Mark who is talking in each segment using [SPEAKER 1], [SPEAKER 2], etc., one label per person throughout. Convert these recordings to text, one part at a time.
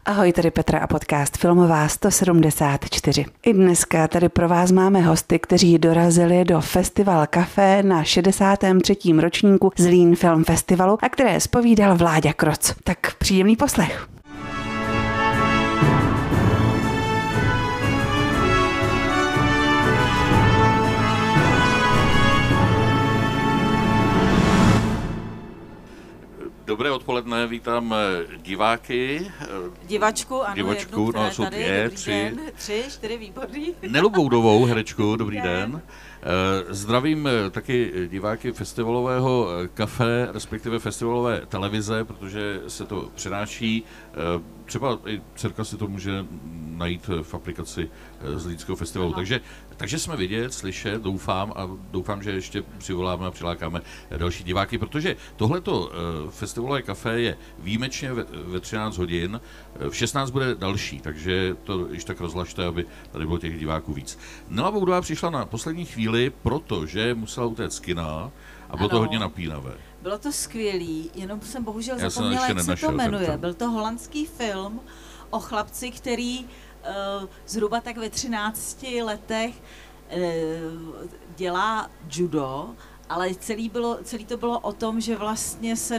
[SPEAKER 1] Ahoj, tady Petra a podcast Filmová 174. I dneska tady pro vás máme hosty, kteří dorazili do Festival Café na 63. ročníku Zlín Film Festivalu a které zpovídal Vláďa Kroc. Tak příjemný poslech.
[SPEAKER 2] Dobré odpoledne, vítám diváky.
[SPEAKER 3] Divačku, ano,
[SPEAKER 2] Divačku,
[SPEAKER 3] jednu,
[SPEAKER 2] no, jsou
[SPEAKER 3] tady,
[SPEAKER 2] dvě,
[SPEAKER 3] dobrý
[SPEAKER 2] tři.
[SPEAKER 3] Den, 3, 4, výborný.
[SPEAKER 2] Nelu Boudovou, herečku, dobrý den. Zdravím taky diváky festivalového kafe, respektive festivalové televize, protože se to přenáší. Třeba i dcerka si to může najít v aplikaci Zlínského festivalu. Takže jsme vidět, slyšet, doufám, že ještě přivoláme a přilákáme další diváky, protože tohleto festivalové kafe je výjimečně ve 13 hodin, v 16 bude další, takže to již tak rozlažte, aby tady bylo těch diváků víc. Nela Boudová přišla na poslední chvíli, protože musela utéct z kina a bylo to hodně napínavé.
[SPEAKER 3] Bylo to skvělý, jenom jsem bohužel zapomněla, jak se to jmenuje. Byl to holandský film o chlapci, který zhruba tak ve 13 letech dělá judo, ale celý to bylo o tom, že vlastně se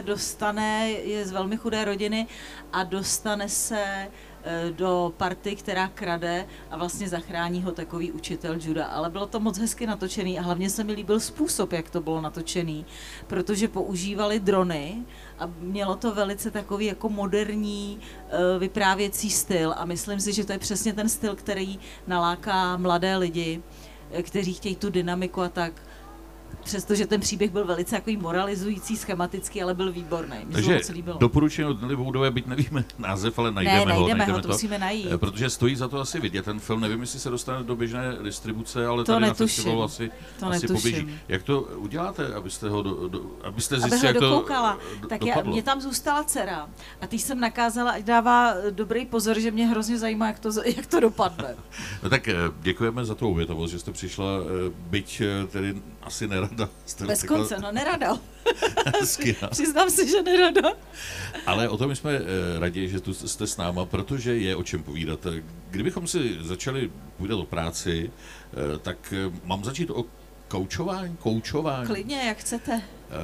[SPEAKER 3] je z velmi chudé rodiny a dostane se do party, která krade a vlastně zachrání ho takový učitel juda. Ale bylo to moc hezky natočený a hlavně se mi líbil způsob, jak to bylo natočený, protože používali drony a mělo to velice takový jako moderní vyprávěcí styl a myslím si, že to je přesně ten styl, který naláká mladé lidi, kteří chtějí tu dynamiku a tak. Přestože ten příběh byl velice takový moralizující, schematický, ale byl výborný.
[SPEAKER 2] Takže doporučení od Nely Boudové, byť nevíme název, ale najdeme ho,
[SPEAKER 3] to musíme najít.
[SPEAKER 2] Protože stojí za to asi vidět ten film. Nevím, jestli se dostane do běžné distribuce, ale to tady netuším. Na festivalu asi poběží. Jak to uděláte, abyste zjistili, jak to
[SPEAKER 3] dokoukala. Tak mě tam zůstala dcera a teď jsem nakázala, ať dává dobrý pozor, že mě hrozně zajímá, jak to dopadne.
[SPEAKER 2] No tak děkujeme za tu obětavost, že jste přišla, byť tedy asi nerada.
[SPEAKER 3] Bez konce, nerada. Přiznám se, že nerada.
[SPEAKER 2] Ale o tom jsme rádi, že tu jste s náma, protože je o čem povídat. Kdybychom si začali povídat o práci, tak mám začít o koučování?
[SPEAKER 3] Klidně, jak chcete.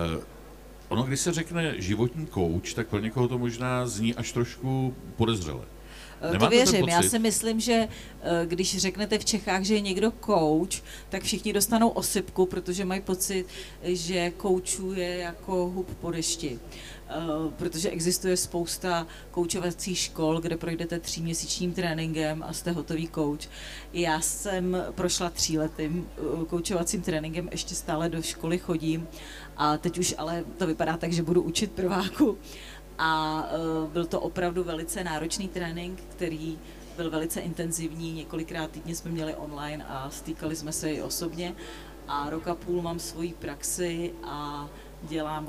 [SPEAKER 2] Ono, když se řekne životní kouč, tak pro někoho to možná zní až trošku podezřele.
[SPEAKER 3] To věřím. Já si myslím, že když řeknete v Čechách, že je někdo kouč, tak všichni dostanou osypku, protože mají pocit, že koučuje jako hub po dešti. Protože existuje spousta koučovacích škol, kde projdete 3měsíčním tréninkem a jste hotový kouč. Já jsem prošla 3letým koučovacím tréninkem, ještě stále do školy chodím a teď už ale to vypadá tak, že budu učit prváku. A byl to opravdu velice náročný trénink, který byl velice intenzivní, několikrát týdně jsme měli online a stýkali jsme se i osobně a rok a půl mám svoji praxi a dělám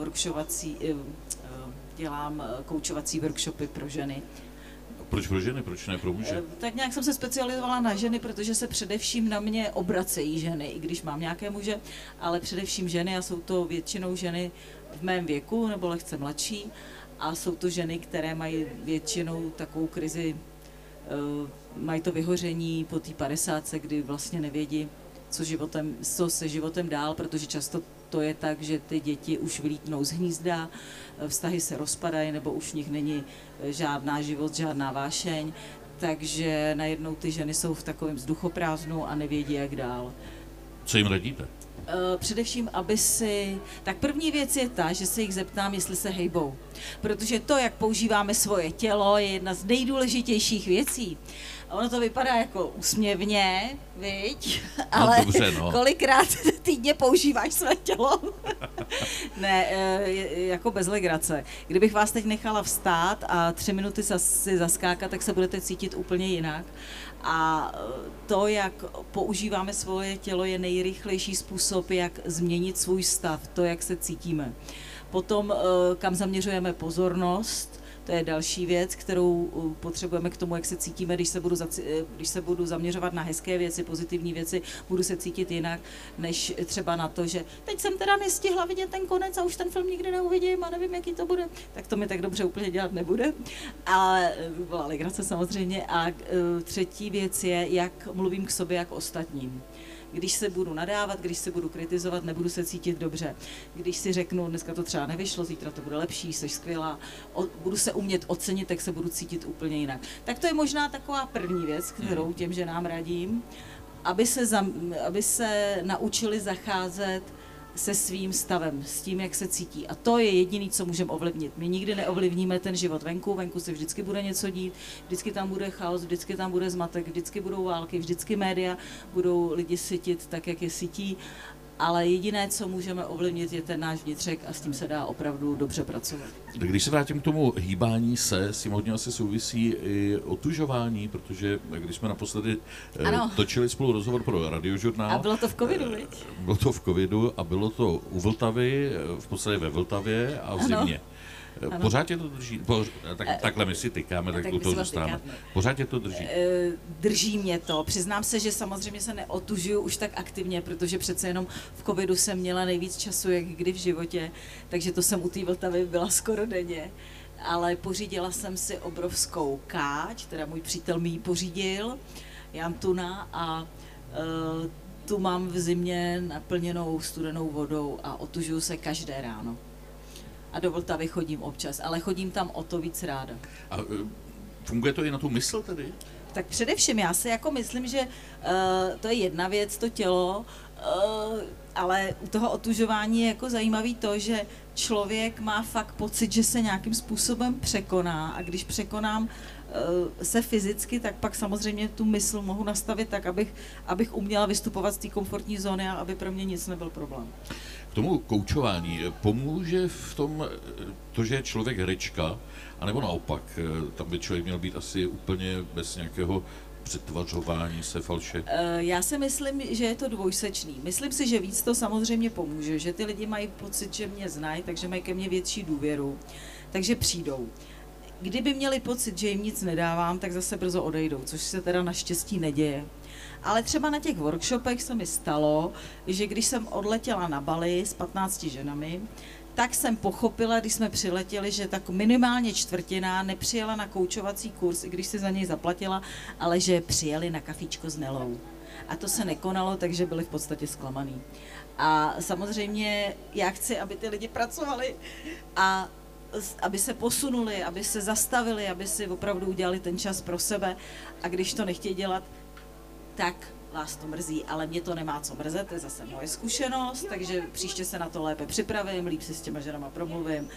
[SPEAKER 3] koučovací workshopy pro ženy.
[SPEAKER 2] Proč pro ženy, proč ne pro muže?
[SPEAKER 3] Tak nějak jsem se specializovala na ženy, protože se především na mě obracejí ženy, i když mám nějaké muže, ale především ženy a jsou to většinou ženy v mém věku nebo lehce mladší. A jsou to ženy, které mají většinou takovou krizi, mají to vyhoření po té 50, kdy vlastně nevědí, co se životem dál, protože často to je tak, že ty děti už vylítnou z hnízda, vztahy se rozpadají, nebo už v nich není žádná život, žádná vášeň, takže najednou ty ženy jsou v takovém vzduchoprázdnu a nevědí, jak dál.
[SPEAKER 2] Co jim radíte?
[SPEAKER 3] Především, tak první věc je ta, že se jich zeptám, jestli se hejbou. Protože to, jak používáme svoje tělo, je jedna z nejdůležitějších věcí. A ono to vypadá jako úsměvně, viď? Ale
[SPEAKER 2] dobře, no.
[SPEAKER 3] Kolikrát týdně používáš své tělo? Ne, jako bez legrace. Kdybych vás teď nechala vstát a 3 minuty si zaskákat, tak se budete cítit úplně jinak. A to, jak používáme svoje tělo, je nejrychlejší způsob, jak změnit svůj stav, to, jak se cítíme. Potom, kam zaměřujeme pozornost, To je další věc, kterou potřebujeme k tomu, jak se cítíme, když se budu zaměřovat na hezké věci, pozitivní věci, budu se cítit jinak, než třeba na to, že teď jsem teda nestihla vidět ten konec a už ten film nikdy neuvidím a nevím, jaký to bude. Tak to mi tak dobře úplně dělat nebude. Ale byla legrace samozřejmě. A třetí věc je, jak mluvím k sobě, jak ostatním. Když se budu nadávat, když se budu kritizovat, nebudu se cítit dobře. Když si řeknu, dneska to třeba nevyšlo, zítra to bude lepší, jsi skvělá, budu se umět ocenit, tak se budu cítit úplně jinak. Tak to je možná taková první věc, kterou těm ženám radím, aby se naučili zacházet se svým stavem, s tím, jak se cítí. A to je jediné, co můžeme ovlivnit. My nikdy neovlivníme ten život venku se vždycky bude něco dít, vždycky tam bude chaos, vždycky tam bude zmatek, vždycky budou války, vždycky média budou lidi sytit tak, jak je sytí, ale jediné, co můžeme ovlivnit, je ten náš vnitřek a s tím se dá opravdu dobře pracovat.
[SPEAKER 2] Když se vrátím k tomu hýbání se, s tím hodně asi souvisí i otužování, protože když jsme naposledy točili spolu rozhovor pro Radiožurnál.
[SPEAKER 3] A bylo to v covidu, viď?
[SPEAKER 2] Bylo to v covidu a bylo to u Vltavy, v podstatě ve Vltavě a v zimě. Ano. Pořád tě to drží? Takhle my si tykáme, tak u toho zůstáváme. Pořád tě to drží?
[SPEAKER 3] Drží mě to. Přiznám se, že samozřejmě se neotužuju už tak aktivně, protože přece jenom v covidu jsem měla nejvíc času, jak kdy v životě, takže to jsem u té Vltavy byla skoro denně. Ale pořídila jsem si obrovskou káč, teda můj přítel mi ji pořídil, Jan Tuna, a tu mám v zimě naplněnou studenou vodou a otužuju se každé ráno. A do Vltavy chodím občas, ale chodím tam o to víc ráda.
[SPEAKER 2] A funguje to i na tu mysl tedy?
[SPEAKER 3] Tak především já si jako myslím, že to je jedna věc, to tělo, ale u toho otužování je jako zajímavý to, že člověk má fakt pocit, že se nějakým způsobem překoná a když překonám se fyzicky, tak pak samozřejmě tu mysl mohu nastavit tak, abych uměla vystupovat z té komfortní zóny a aby pro mě nic nebyl problém.
[SPEAKER 2] K tomu koučování pomůže v tom to, že je člověk herečka, anebo naopak, tam by člověk měl být asi úplně bez nějakého přetvařování se falše?
[SPEAKER 3] Já si myslím, že je to dvojsečný. Myslím si, že víc to samozřejmě pomůže, že ty lidi mají pocit, že mě znají, takže mají ke mně větší důvěru, takže přijdou. Kdyby měli pocit, že jim nic nedávám, tak zase brzo odejdou, což se teda naštěstí neděje. Ale třeba na těch workshopech se mi stalo, že když jsem odletěla na Bali s 15 ženami, tak jsem pochopila, když jsme přiletěli, že tak minimálně čtvrtina nepřijela na koučovací kurz, i když si za něj zaplatila, ale že přijeli na kafičko s Nelou. A to se nekonalo, takže byli v podstatě zklamaný. A samozřejmě já chci, aby ty lidi pracovali a aby se posunuli, aby se zastavili, aby si opravdu udělali ten čas pro sebe a když to nechtějí dělat, tak vás to mrzí, ale mě to nemá co mrzet, to je zase moje zkušenost, takže příště se na to lépe připravím, líp si s těma ženama promluvím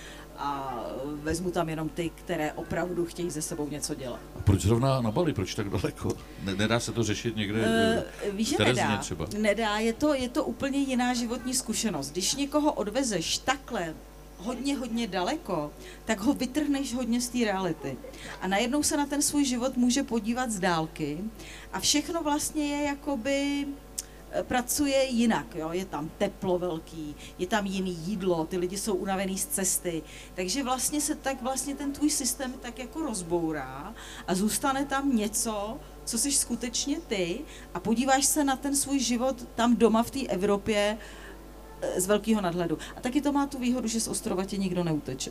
[SPEAKER 3] a vezmu tam jenom ty, které opravdu chtějí se sebou něco dělat.
[SPEAKER 2] A proč zrovna na Bali, proč tak daleko? Nedá se to řešit někde
[SPEAKER 3] víš, že nedá. Třeba? Nedá, je to úplně jiná životní zkušenost. Když někoho odvezeš takhle hodně daleko, tak ho vytrhneš hodně z té reality. A najednou se na ten svůj život může podívat z dálky a všechno vlastně je jakoby pracuje jinak, jo? Je tam teplo velký, je tam jiný jídlo, ty lidi jsou unavený z cesty, takže vlastně ten tvůj systém tak jako rozbourá a zůstane tam něco, co jsi skutečně ty a podíváš se na ten svůj život tam doma v té Evropě z velkého nadhledu. A taky to má tu výhodu, že z ostrova tě nikdo neuteče.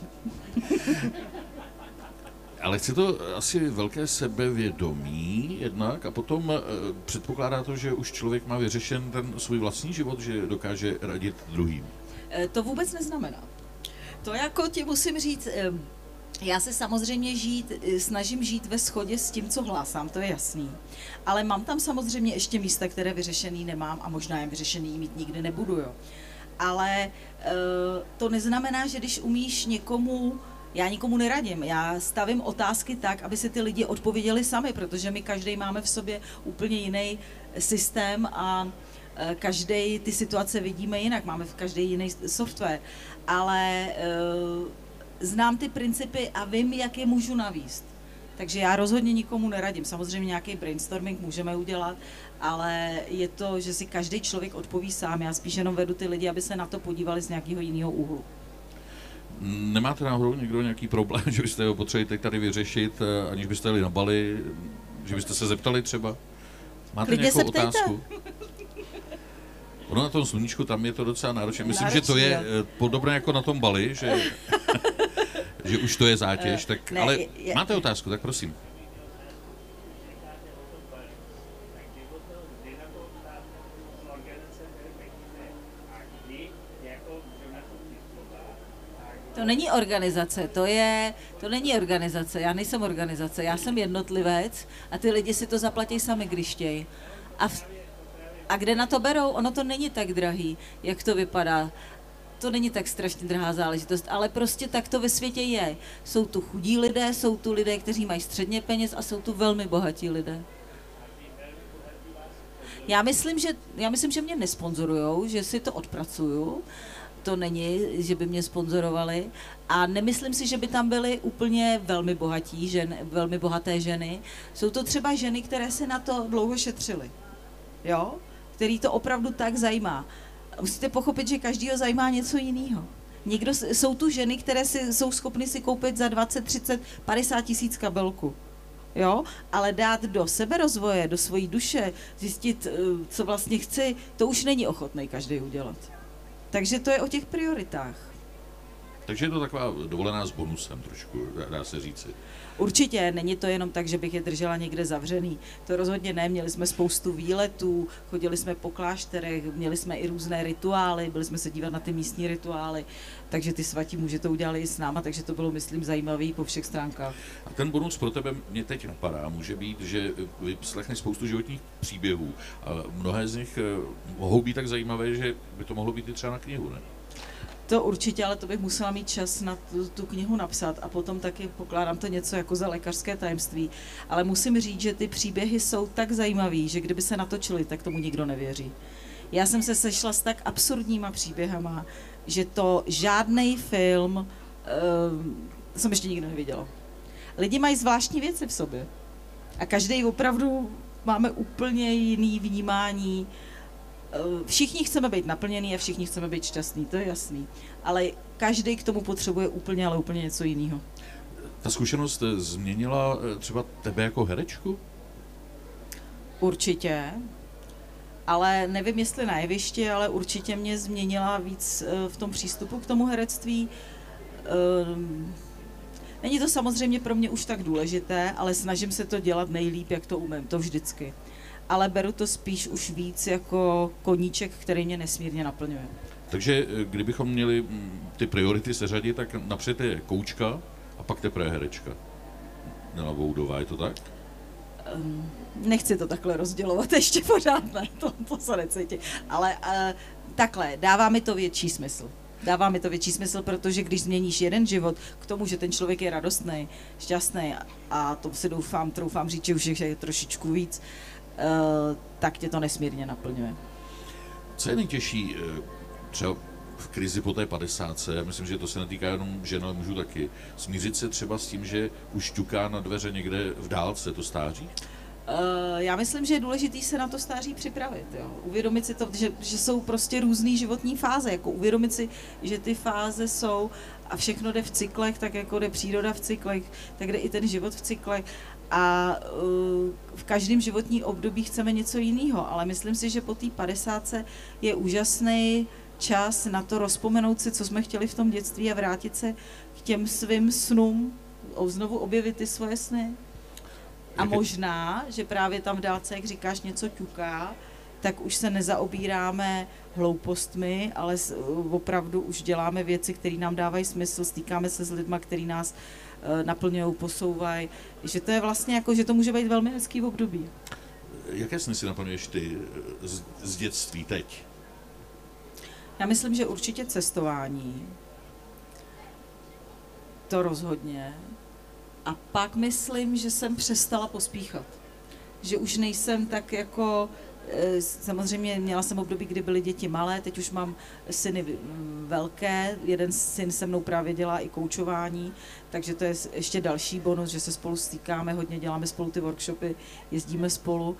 [SPEAKER 2] Ale chce to asi velké sebevědomí jednak a potom předpokládá to, že už člověk má vyřešen ten svůj vlastní život, že dokáže radit druhým.
[SPEAKER 3] To vůbec neznamená. To jako ti musím říct, já se samozřejmě snažím žít ve shodě s tím, co hlásám, to je jasný. Ale mám tam samozřejmě ještě místa, které vyřešený nemám a možná je vyřešený mít nikdy nebudu, jo. Ale to neznamená, že když umíš někomu, já nikomu neradím, já stavím otázky tak, aby si ty lidi odpověděli sami, protože my každý máme v sobě úplně jiný systém a každý ty situace vidíme jinak, máme v každý jiný software, ale znám ty principy a vím, jak je můžu navíst. Takže já rozhodně nikomu neradím. Samozřejmě nějaký brainstorming můžeme udělat, ale je to, že si každý člověk odpoví sám. Já spíš jenom vedu ty lidi, aby se na to podívali z nějakého jiného úhlu.
[SPEAKER 2] Nemáte náhodou někdo nějaký problém, že byste ho potřebovali teď tady vyřešit, aniž byste jeli na Bali, že byste se zeptali třeba? Máte
[SPEAKER 3] Klidně
[SPEAKER 2] nějakou otázku? Ono na tom sluníčku, tam je to docela náročné. Myslím, že to je podobné jako na tom Bali, že už to je zátěž. Tak, ne, ale máte otázku, tak prosím.
[SPEAKER 3] To není organizace, to není organizace, já nejsem organizace, já jsem jednotlivec a ty lidi si to zaplatí sami, když chtějí. A kde na to berou? Ono to není tak drahý, jak to vypadá. To není tak strašně drahá záležitost, ale prostě tak to ve světě je. Jsou tu chudí lidé, jsou tu lidé, kteří mají středně peněz a jsou tu velmi bohatí lidé. Já myslím, že mě nesponzorujou, že si to odpracuju. To není, že by mě sponzorovali a nemyslím si, že by tam byly úplně velmi bohaté ženy. Jsou to třeba ženy, které se na to dlouho šetřily, jo? Který to opravdu tak zajímá. Musíte pochopit, že každýho zajímá něco jiného. Jsou tu ženy, které jsou schopny si koupit za 20, 30, 50 tisíc kabelku. Jo? Ale dát do seberozvoje, do svojí duše, zjistit, co vlastně chci, to už není ochotný každý udělat. Takže to je o těch prioritách.
[SPEAKER 2] Takže je to taková dovolená s bonusem trošku, dá se říci.
[SPEAKER 3] Určitě, není to jenom tak, že bych je držela někde zavřený. To rozhodně ne, měli jsme spoustu výletů, chodili jsme po klášterech, měli jsme i různé rituály, byli jsme se dívat na ty místní rituály, takže ty svatí muži to udělali i s náma, takže to bylo, myslím, zajímavý po všech stránkách.
[SPEAKER 2] A ten bonus pro tebe mě teď napadá, může být, že vyslechneš spoustu životních příběhů a mnohé z nich mohou být tak zajímavé, že by to mohlo být i třeba na knihu, ne?
[SPEAKER 3] To určitě, ale to bych musela mít čas na tu knihu napsat a potom taky pokládám to něco jako za lékařské tajemství. Ale musím říct, že ty příběhy jsou tak zajímavý, že kdyby se natočili, tak tomu nikdo nevěří. Já jsem se sešla s tak absurdníma příběhama, že to žádnej film jsem ještě nikdy neviděla. Lidi mají zvláštní věci v sobě a každý opravdu máme úplně jiný vnímání. Všichni chceme být naplněný a všichni chceme být šťastný, to je jasný. Ale každý k tomu potřebuje úplně něco jiného.
[SPEAKER 2] Ta zkušenost změnila třeba tebe jako herečku?
[SPEAKER 3] Určitě. Ale nevím, jestli na jevišti, ale určitě mě změnila víc v tom přístupu k tomu herectví. Není to samozřejmě pro mě už tak důležité, ale snažím se to dělat nejlíp, jak to umím, to vždycky. Ale beru to spíš už víc jako koníček, který mě nesmírně naplňuje.
[SPEAKER 2] Takže kdybychom měli ty priority seřadit, tak napřed je koučka a pak teprve herečka. Nela Boudová, je to tak?
[SPEAKER 3] Nechci to takhle rozdělovat ještě pořád, ne, to se necítí. Ale takhle, dává mi to větší smysl. Dává mi to větší smysl, protože když změníš jeden život k tomu, že ten člověk je radostný, šťastný a to si troufám říct, že už je trošičku víc, tak tě to nesmírně naplňuje.
[SPEAKER 2] Co je nejtěžší třeba v krizi po té 50? Já myslím, že to se netýká jenom žen, ale mužů taky. Smířit se třeba s tím, že už ťuká na dveře někde v dálce to stáří?
[SPEAKER 3] Já myslím, že je důležité se na to stáří připravit. Jo. Uvědomit si to, že jsou prostě různý životní fáze. Jako uvědomit si, že ty fáze jsou a všechno jde v cyklech, tak jako jde příroda v cyklech, tak jde i ten život v cyklech. A v každém životním období chceme něco jiného, ale myslím si, že po té 50 je úžasný čas na to rozpomenout si, co jsme chtěli v tom dětství a vrátit se k těm svým snům, znovu objevit ty svoje sny. A možná, že právě tam v dálce, jak říkáš, něco ťuká, tak už se nezaobíráme hloupostmi, ale opravdu už děláme věci, které nám dávají smysl, stýkáme se s lidma, který nás naplňují, posouvají, že to je vlastně jako, že to může být velmi hezký období.
[SPEAKER 2] Jaké sny si naplňuješ ty z dětství teď?
[SPEAKER 3] Já myslím, že určitě cestování, to rozhodně. A pak myslím, že jsem přestala pospíchat. Že už nejsem tak jako, samozřejmě měla jsem období, kdy byly děti malé, teď už mám syny velké, jeden syn se mnou právě dělá i koučování, takže to je ještě další bonus, že se spolu stýkáme, hodně děláme spolu ty workshopy, jezdíme spolu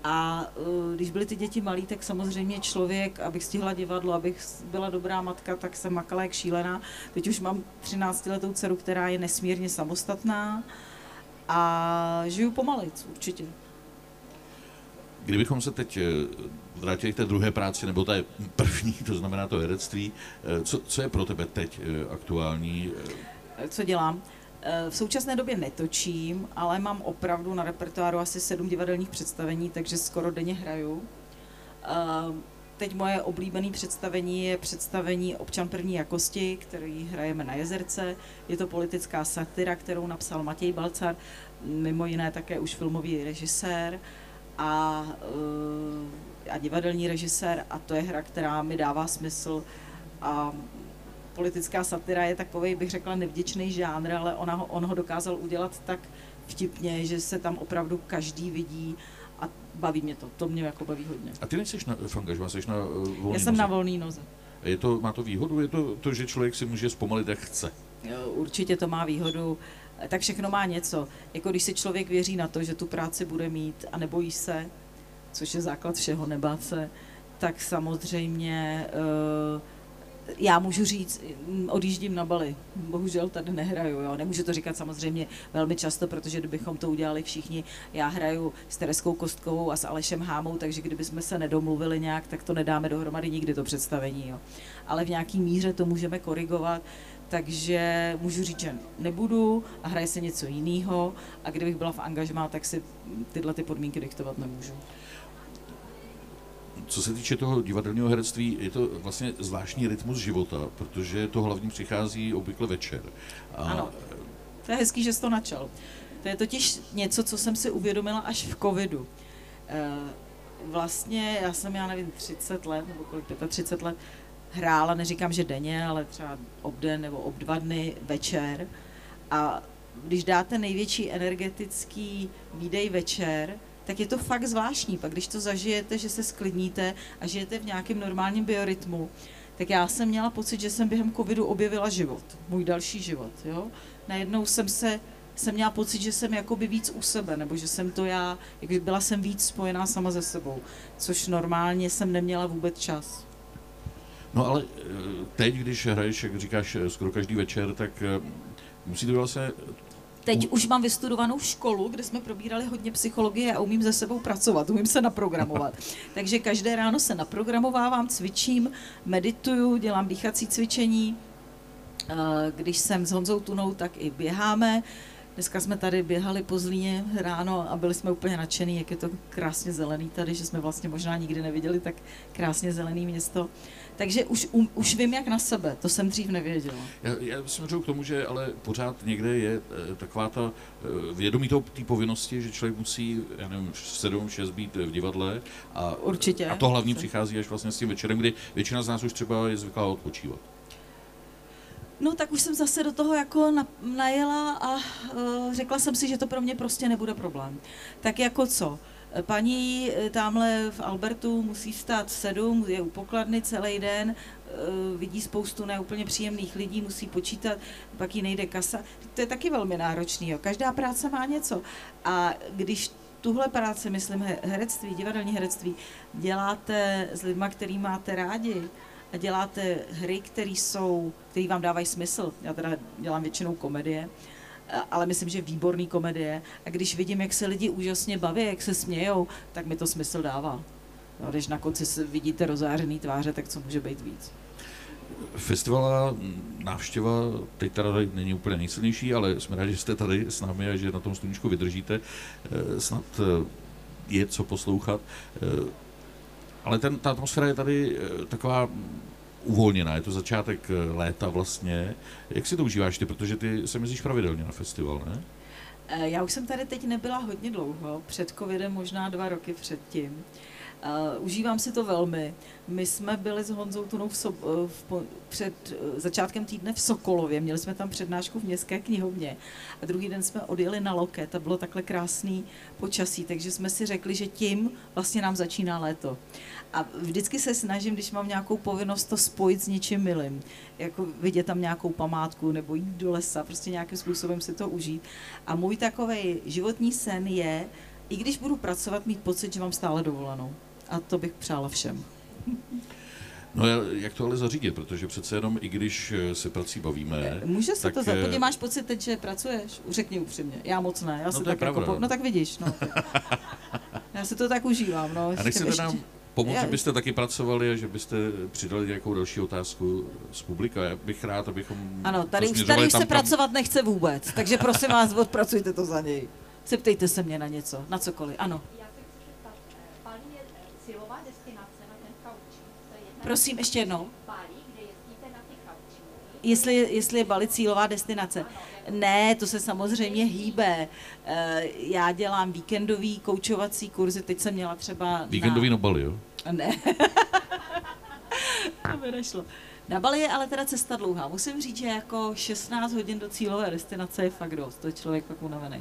[SPEAKER 3] A když byly ty děti malí, tak samozřejmě člověk, abych stihla divadlo, abych byla dobrá matka, tak jsem makala jak šílená. Teď už mám 13letou dceru, která je nesmírně samostatná a žiju pomalejc, určitě.
[SPEAKER 2] Kdybychom se teď vrátili k té druhé práci, nebo té první, to znamená to herectví, co je pro tebe teď aktuální?
[SPEAKER 3] Co dělám? V současné době netočím, ale mám opravdu na repertoáru asi 7 divadelních představení, takže skoro denně hraju. Teď moje oblíbené představení je představení Občan první jakosti, který hrajeme na Jezerce. Je to politická satira, kterou napsal Matěj Balcar, mimo jiné také už filmový režisér a divadelní režisér, a to je hra, která mi dává smysl. A politická satira je takový, bych řekla, nevděčný žánr, ale on ho dokázal udělat tak vtipně, že se tam opravdu každý vidí a baví mě to. To mě jako baví hodně.
[SPEAKER 2] A ty nejsi v angažmá, jsi na volné noze?
[SPEAKER 3] Já jsem na volné noze.
[SPEAKER 2] Má to výhodu? Je to, že člověk si může zpomalit, jak chce?
[SPEAKER 3] Jo, určitě to má výhodu. Tak všechno má něco. Jako když si člověk věří na to, že tu práci bude mít a nebojí se, což je základ všeho, nebát se, tak samozřejmě já můžu říct, odjíždím na Bali. Bohužel tady nehraju, jo. Nemůžu to říkat samozřejmě velmi často, protože kdybychom to udělali všichni, já hraju s Tereskou Kostkovou a s Alešem Hámou, takže kdybychom se nedomluvili nějak, tak to nedáme dohromady nikdy, to představení, jo. Ale v nějaký míře to můžeme korigovat, takže můžu říct, že nebudu a hraje se něco jiného a kdybych byla v angažmá, tak si tyhle ty podmínky diktovat nemůžu.
[SPEAKER 2] Co se týče toho divadelního herectví, je to vlastně zvláštní rytmus života, protože to hlavní přichází obvykle večer.
[SPEAKER 3] Ano, to je hezký, že jsi to načal. To je totiž něco, co jsem si uvědomila až v covidu. Vlastně já jsem, 30 let, nebo kolik 35 let, hrála, neříkám, že denně, ale třeba obden nebo ob2 dny večer. A když dáte největší energetický výdej večer, tak je to fakt zvláštní. Pak když to zažijete, že se sklidníte a žijete v nějakém normálním biorytmu, tak já jsem měla pocit, že jsem během covidu objevila život, můj další život. Jo? Najednou jsem měla pocit, že jsem jakoby víc u sebe, nebo že jsem to já, jak byla jsem víc spojená sama se sebou, což normálně jsem neměla vůbec čas.
[SPEAKER 2] No ale teď, když hraješ, jak říkáš, skoro každý večer, tak musí to vlastně...
[SPEAKER 3] Teď už mám vystudovanou školu, kde jsme probírali hodně psychologie a umím se sebou pracovat, umím se naprogramovat. Takže každé ráno se naprogramovávám, cvičím, medituju, dělám dýchací cvičení. Když jsem s Honzou Tunou, tak i běháme. Dneska jsme tady běhali po Zlíně ráno a byli jsme úplně nadšený, jak je to krásně zelený tady, že jsme vlastně možná nikdy neviděli tak krásně zelený město. Takže už vím, jak na sebe, to jsem dřív nevěděla.
[SPEAKER 2] Já jsem řekl k tomu, že ale pořád někde je taková ta vědomí té povinnosti, že člověk musí, 7-6 být v divadle a,
[SPEAKER 3] určitě,
[SPEAKER 2] a to hlavní přichází až vlastně s tím večerem, kdy většina z nás už třeba je zvyklá odpočívat.
[SPEAKER 3] No tak už jsem zase do toho jako najela a řekla jsem si, že to pro mě prostě nebude problém. Tak jako co? Paní tamhle v Albertu musí vstát v 7, je u pokladny celý den, vidí spoustu neúplně příjemných lidí, musí počítat, pak jí nejde kasa. To je taky velmi náročný. Jo. Každá práce má něco. A když tuhle práci, myslím, herectví, divadelní herectví, děláte s lidma, který máte rádi, a děláte hry, které vám dávají smysl. Já teda dělám většinou komedie, ale myslím, že výborný komedie. A když vidím, jak se lidi úžasně baví, jak se smějou, tak mi to smysl dává. No, když na konci vidíte rozářený tváře, tak co může být víc?
[SPEAKER 2] Festivalová návštěva teď teda není úplně nejsilnější, ale jsme rádi, že jste tady s námi a že na tom sluníčku vydržíte. Snad je co poslouchat. Ale ta atmosféra je tady taková uvolněná, je to začátek léta vlastně. Jak si to užíváš ty, protože ty se jezdíš pravidelně na festival, ne?
[SPEAKER 3] Já už jsem tady teď nebyla hodně dlouho, před covidem možná 2 roky předtím. Užívám si to velmi. My jsme byli s Honzou Tunou před začátkem týdne v Sokolově, měli jsme tam přednášku v Městské knihovně a druhý den jsme odjeli na Loket a bylo takhle krásný počasí, takže jsme si řekli, že tím vlastně nám začíná léto. A vždycky se snažím, když mám nějakou povinnost, to spojit s něčím milým. Jako vidět tam nějakou památku nebo jít do lesa, prostě nějakým způsobem si to užít. A můj takovej životní sen je i když budu pracovat, mít pocit, že mám stále dovolenou. A to bych přála všem.
[SPEAKER 2] No jak to ale zařídit, protože přece jenom, i když se prací bavíme...
[SPEAKER 3] Může se to zařídit, máš pocit teď, že pracuješ? Řekni upřímně, já moc ne, já se tak jako... No tak vidíš, no. Já si to tak užívám, no.
[SPEAKER 2] A nechcete nám pomoct, že byste taky pracovali a že byste přidali nějakou další otázku z publika? Já bych rád, abychom...
[SPEAKER 3] Ano, tady už se pracovat nechce vůbec, takže prosím vás, odpracujte to za něj. Zeptejte se mě na něco, na cokoliv, ano. Prosím, ještě jednou. Jestli je Bali cílová destinace. Ne, to se samozřejmě hýbe. Já dělám víkendový koučovací kurzy, teď jsem měla třeba...
[SPEAKER 2] Víkendový na Bali, jo?
[SPEAKER 3] Ne. To by nešlo. Na Bali je ale teda cesta dlouhá. Musím říct, že jako 16 hodin do cílové destinace je fakt dost. To je člověk pak unavený.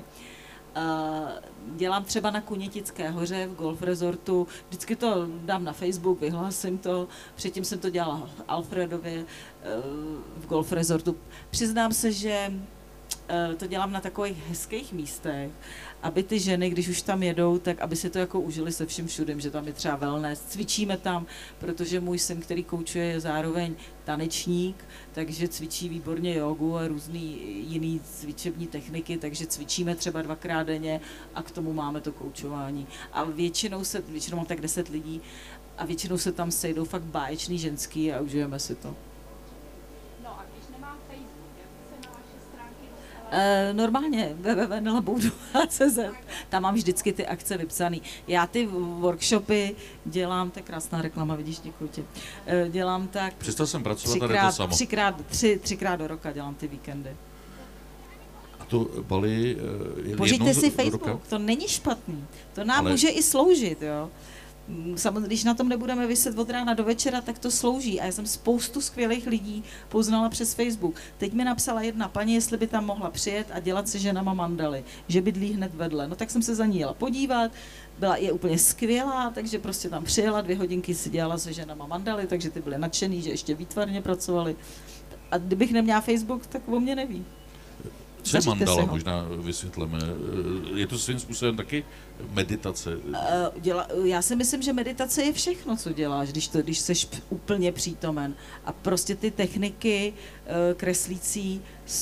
[SPEAKER 3] Dělám třeba na Kunětické hoře v golf resortu, vždycky to dám na Facebook, vyhlásím to, předtím jsem to dělala v Alfredově v golf resortu. Přiznám se, že to dělám na takových hezkých místech, aby ty ženy, když už tam jedou, tak aby si to jako užili se vším všude, že tam je třeba wellness, cvičíme tam, protože můj syn, který koučuje, je zároveň tanečník, takže cvičí výborně jogu a různý jiný cvičební techniky, takže cvičíme třeba 2krát denně a k tomu máme to koučování. A většinou mám tak 10 lidí a většinou se tam sejdou fakt báječný ženský a užijeme si to. Normálně www.nelaboudu.cz, tam mám vždycky ty akce vypsané. Já ty workshopy dělám, to je krásná reklama, vidíš, děkuji ti. Dělám tak...
[SPEAKER 2] Přestal jsem pracovat, tady to samo.
[SPEAKER 3] Třikrát do roka dělám ty víkendy.
[SPEAKER 2] A to Bali je
[SPEAKER 3] Požijte si Facebook, roka? To není špatný. To nám může i sloužit, jo. Samozřejmě, když na tom nebudeme viset od rána do večera, tak to slouží. A já jsem spoustu skvělých lidí poznala přes Facebook. Teď mi napsala jedna paní, jestli by tam mohla přijet a dělat se ženama mandaly, že bydlí hned vedle. No tak jsem se za ní jela podívat, je úplně skvělá, takže prostě tam přijela, 2 hodinky si dělala se ženama mandaly, takže ty byly nadšený, že ještě výtvarně pracovali. A kdybych neměla Facebook, tak o mě neví.
[SPEAKER 2] Co je mandala, možná vysvětleme. Je to svým způsobem taky meditace?
[SPEAKER 3] Já si myslím, že meditace je všechno, co děláš, když seš úplně přítomen. A prostě ty techniky kreslící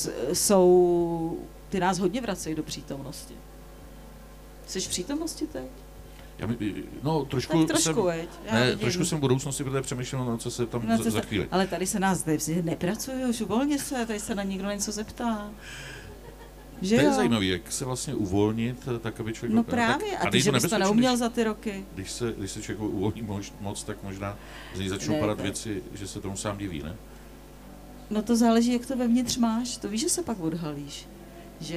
[SPEAKER 3] ty nás hodně vracejí do přítomnosti. Jsi v přítomnosti teď?
[SPEAKER 2] Trošku jsem v budoucnosti, protože přemýšlel, na co se tam za chvíli.
[SPEAKER 3] Ale tady se nás nepracuje, už uvolně se, tady se na někdo něco zeptá. Že
[SPEAKER 2] to je zajímavé, jak se vlastně uvolnit, tak aby člověk...
[SPEAKER 3] No právě, a ty, že bys to neuměl za ty roky.
[SPEAKER 2] Když se člověk uvolní moc, tak možná z něj začnou padat věci, že se tomu sám diví, ne?
[SPEAKER 3] No to záleží, jak to vevnitř máš, to víš, že se pak odhalíš. Že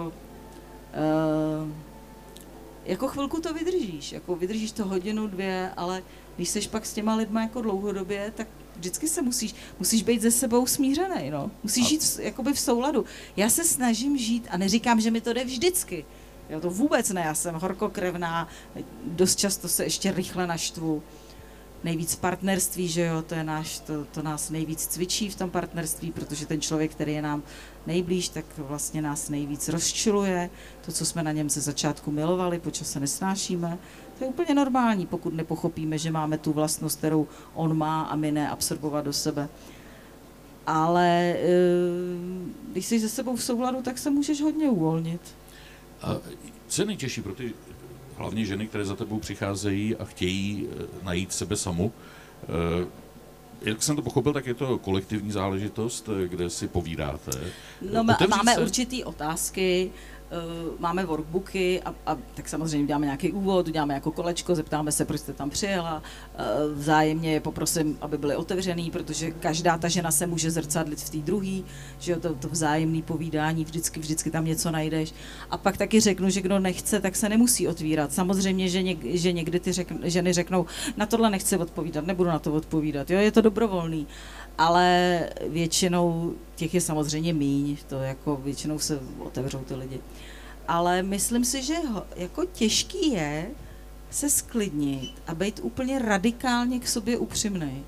[SPEAKER 3] jako chvilku to vydržíš, jako vydržíš to 1-2 hodiny, ale když seš pak s těma lidma jako dlouhodobě, tak vždycky se musíš být se sebou smířený, no. Musíš žít jakoby v souladu. Já se snažím žít a neříkám, že mi to jde vždycky. Jo, to vůbec ne, já jsem horkokrevná, dost často se ještě rychle naštvu. Nejvíc partnerství, že jo, to nás nejvíc cvičí v tom partnerství, protože ten člověk, který je nám nejblíž, tak vlastně nás nejvíc rozčiluje. To, co jsme na něm ze začátku milovali, po čase nesnášíme. To je úplně normální, pokud nepochopíme, že máme tu vlastnost, kterou on má a my ne, absorbovat do sebe. Ale když jsi se sebou v souladu, tak se můžeš hodně uvolnit.
[SPEAKER 2] A co je nejtěžší pro ty hlavně ženy, které za tebou přicházejí a chtějí najít sebe samu? Jak jsem to pochopil, tak je to kolektivní záležitost, kde si povídáte.
[SPEAKER 3] No, máme určitý otázky, máme workbooky a tak samozřejmě děláme nějaký úvod, děláme jako kolečko, zeptáme se, proč jste tam přijela, vzájemně je poprosím, aby byly otevřený, protože každá ta žena se může zrcadlit v té druhé, že jo, to vzájemné povídání, vždycky tam něco najdeš. A pak taky řeknu, že kdo nechce, tak se nemusí otvírat. Samozřejmě, že někdy ty ženy řeknou, na tohle nechci odpovídat, nebudu na to odpovídat, jo, je to dobrovolný. Ale většinou těch je samozřejmě míň, to jako většinou se otevřou ty lidi. Ale myslím si, že jako těžký je se sklidnit a být úplně radikálně k sobě upřímnej.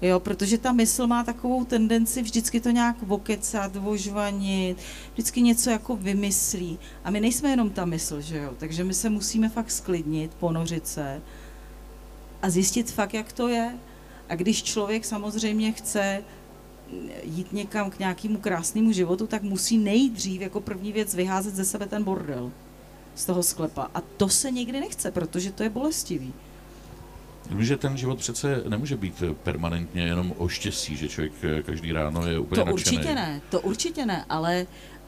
[SPEAKER 3] Jo, protože ta mysl má takovou tendenci vždycky to nějak okecat, ožvanit, vždycky něco jako vymyslí. A my nejsme jenom ta mysl, že jo? Takže my se musíme fakt sklidnit, ponořit se a zjistit fakt, jak to je. A když člověk samozřejmě chce jít někam k nějakému krásnému životu, tak musí nejdřív jako první věc vyházet ze sebe ten bordel z toho sklepa. A to se nikdy nechce, protože to je bolestivý.
[SPEAKER 2] Že ten život přece nemůže být permanentně jenom o štěstí, že člověk každý ráno je úplně nadšený.
[SPEAKER 3] To určitě ne, ale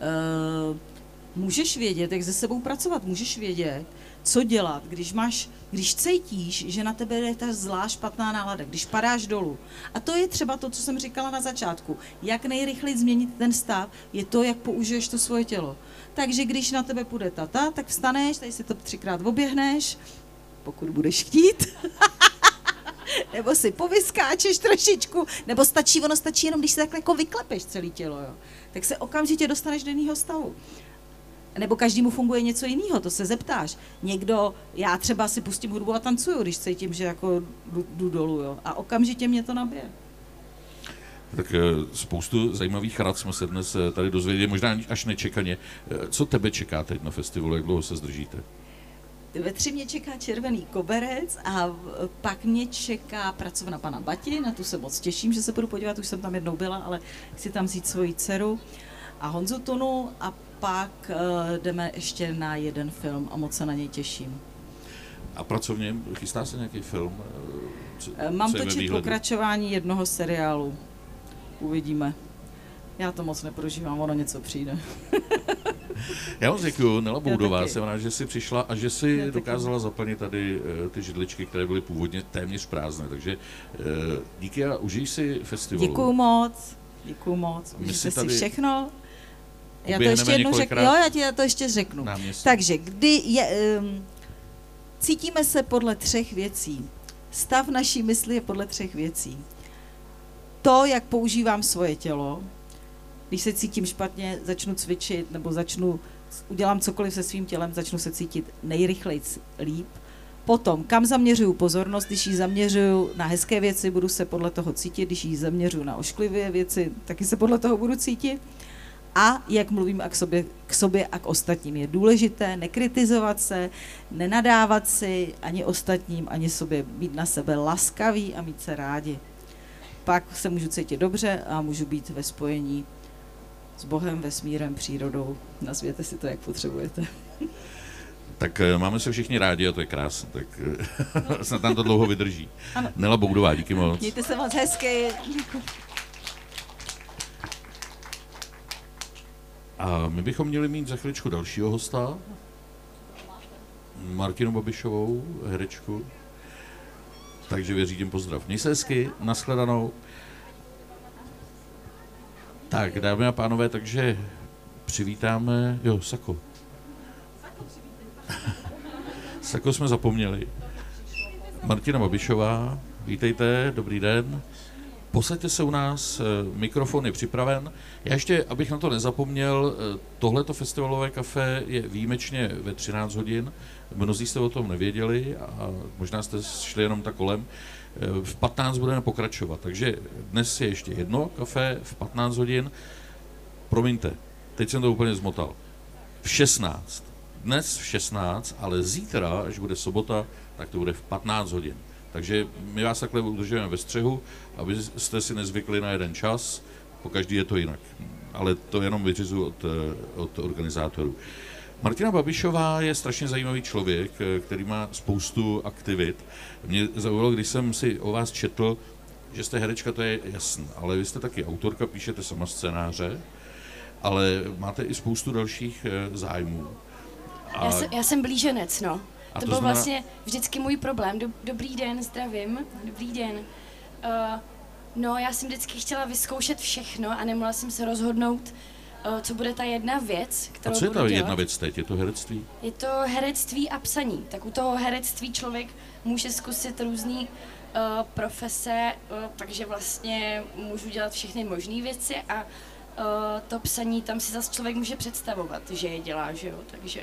[SPEAKER 3] můžeš vědět, jak se sebou pracovat, můžeš vědět, co dělat, když cítíš, že na tebe je ta zlá špatná nálada, když padáš dolů. A to je třeba to, co jsem říkala na začátku. Jak nejrychleji změnit ten stav, je to, jak použiješ to svoje tělo. Takže když na tebe půjde tata, tak vstaneš, tady si to 3krát oběhneš, pokud budeš chtít, nebo si povyskáčeš trošičku, nebo ono stačí jenom, když si takhle jako vyklepeš celé tělo, jo. Tak se okamžitě dostaneš do jiného stavu. Nebo každému funguje něco jiného, to se zeptáš. Já třeba si pustím hudbu a tancuju, když cítím, že jako jdu dolů, jo. A okamžitě mě to nabije.
[SPEAKER 2] Tak spoustu zajímavých rad jsme se dnes tady dozvěděli, možná až nečekaně. Co tebe čeká teď na festivalu, jak dlouho se zdržíte?
[SPEAKER 3] Ve 3 mě čeká Červený koberec a pak mě čeká pracovna pana Bati, na tu se moc těším, že se budu podívat, už jsem tam jednou byla, ale chci tam vzít svoji dceru a Honzu Tunu a pak jdeme ještě na jeden film a moc se na něj těším.
[SPEAKER 2] A pracovně chystá se nějaký film?
[SPEAKER 3] Mám točit pokračování jednoho seriálu. Uvidíme. Já to moc neprožívám, ono něco přijde.
[SPEAKER 2] Já moc děkuju, Nela Boudová, jsem rád, že jsi přišla a že jsi dokázala zaplnit tady ty židličky, které byly původně téměř prázdné, takže díky a užij si festivalu.
[SPEAKER 3] Děkuju moc, užijte si všechno. Já to ještě jednou řeknu, já ti to ještě řeknu. Takže cítíme se podle 3 věcí. Stav naší mysli je podle 3 věcí. To, jak používám svoje tělo, když se cítím špatně, začnu cvičit nebo udělám cokoliv se svým tělem, začnu se cítit nejrychleji líp. Potom, kam zaměřuju pozornost, když ji zaměřuju na hezké věci, budu se podle toho cítit, když ji zaměřuju na ošklivé věci, taky se podle toho budu cítit. A jak mluvím k sobě a k ostatním. Je důležité nekritizovat se, nenadávat si ani ostatním, ani sobě, být na sebe laskavý a mít se rádi. Pak se můžu cítit dobře a můžu být ve spojení s Bohem, vesmírem, přírodou. Nazvěte si to, jak potřebujete.
[SPEAKER 2] Tak máme se všichni rádi a to je krásné, tak snad nám to dlouho vydrží. Ano. Nela Boudová, díky moc.
[SPEAKER 3] Mějte se moc hezky.
[SPEAKER 2] A my bychom měli mít za chviličku dalšího hosta, Martinu Babišovou, herečku. Takže věřím pozdrav. Měj se hezky, nashledanou. Tak, dámy a pánové, takže přivítáme, Sako. Sako jsme zapomněli. Martina Babišová, vítejte, dobrý den. Posaďte se u nás, mikrofon je připraven. Já ještě, abych na to nezapomněl, tohleto festivalové kafe je výjimečně ve 13 hodin. Mnozí jste o tom nevěděli a možná jste šli jenom tak kolem. V 15 budeme pokračovat, takže dnes je ještě jedno kafe v 15 hodin. Promiňte, teď jsem to úplně zmotal. V 16. Dnes v 16, ale zítra, až bude sobota, tak to bude v 15 hodin. Takže my vás takhle udržujeme ve střehu, abyste si nezvykli na jeden čas, pokaždý je to jinak. Ale to jenom vyřizuji od organizátorů. Martina Babišová je strašně zajímavý člověk, který má spoustu aktivit. Mě zaujalo, když jsem si o vás četl, že jste herečka, to je jasné, ale vy jste taky autorka, píšete sama scénáře, ale máte i spoustu dalších zájmů.
[SPEAKER 4] Já jsem blíženec, no. To byl vlastně vždycky můj problém. Dobrý den, zdravím. Dobrý den. Já jsem vždycky chtěla vyzkoušet všechno a nemohla jsem se rozhodnout, co bude ta jedna věc, kterou budu dělat.
[SPEAKER 2] A co je ta jedna věc teď? Je to herectví?
[SPEAKER 4] Je to herectví a psaní. Tak u toho herectví člověk může zkusit různé profese, takže vlastně můžu dělat všechny možné věci a to psaní, tam si zase člověk může představovat, že je dělá, že jo, takže...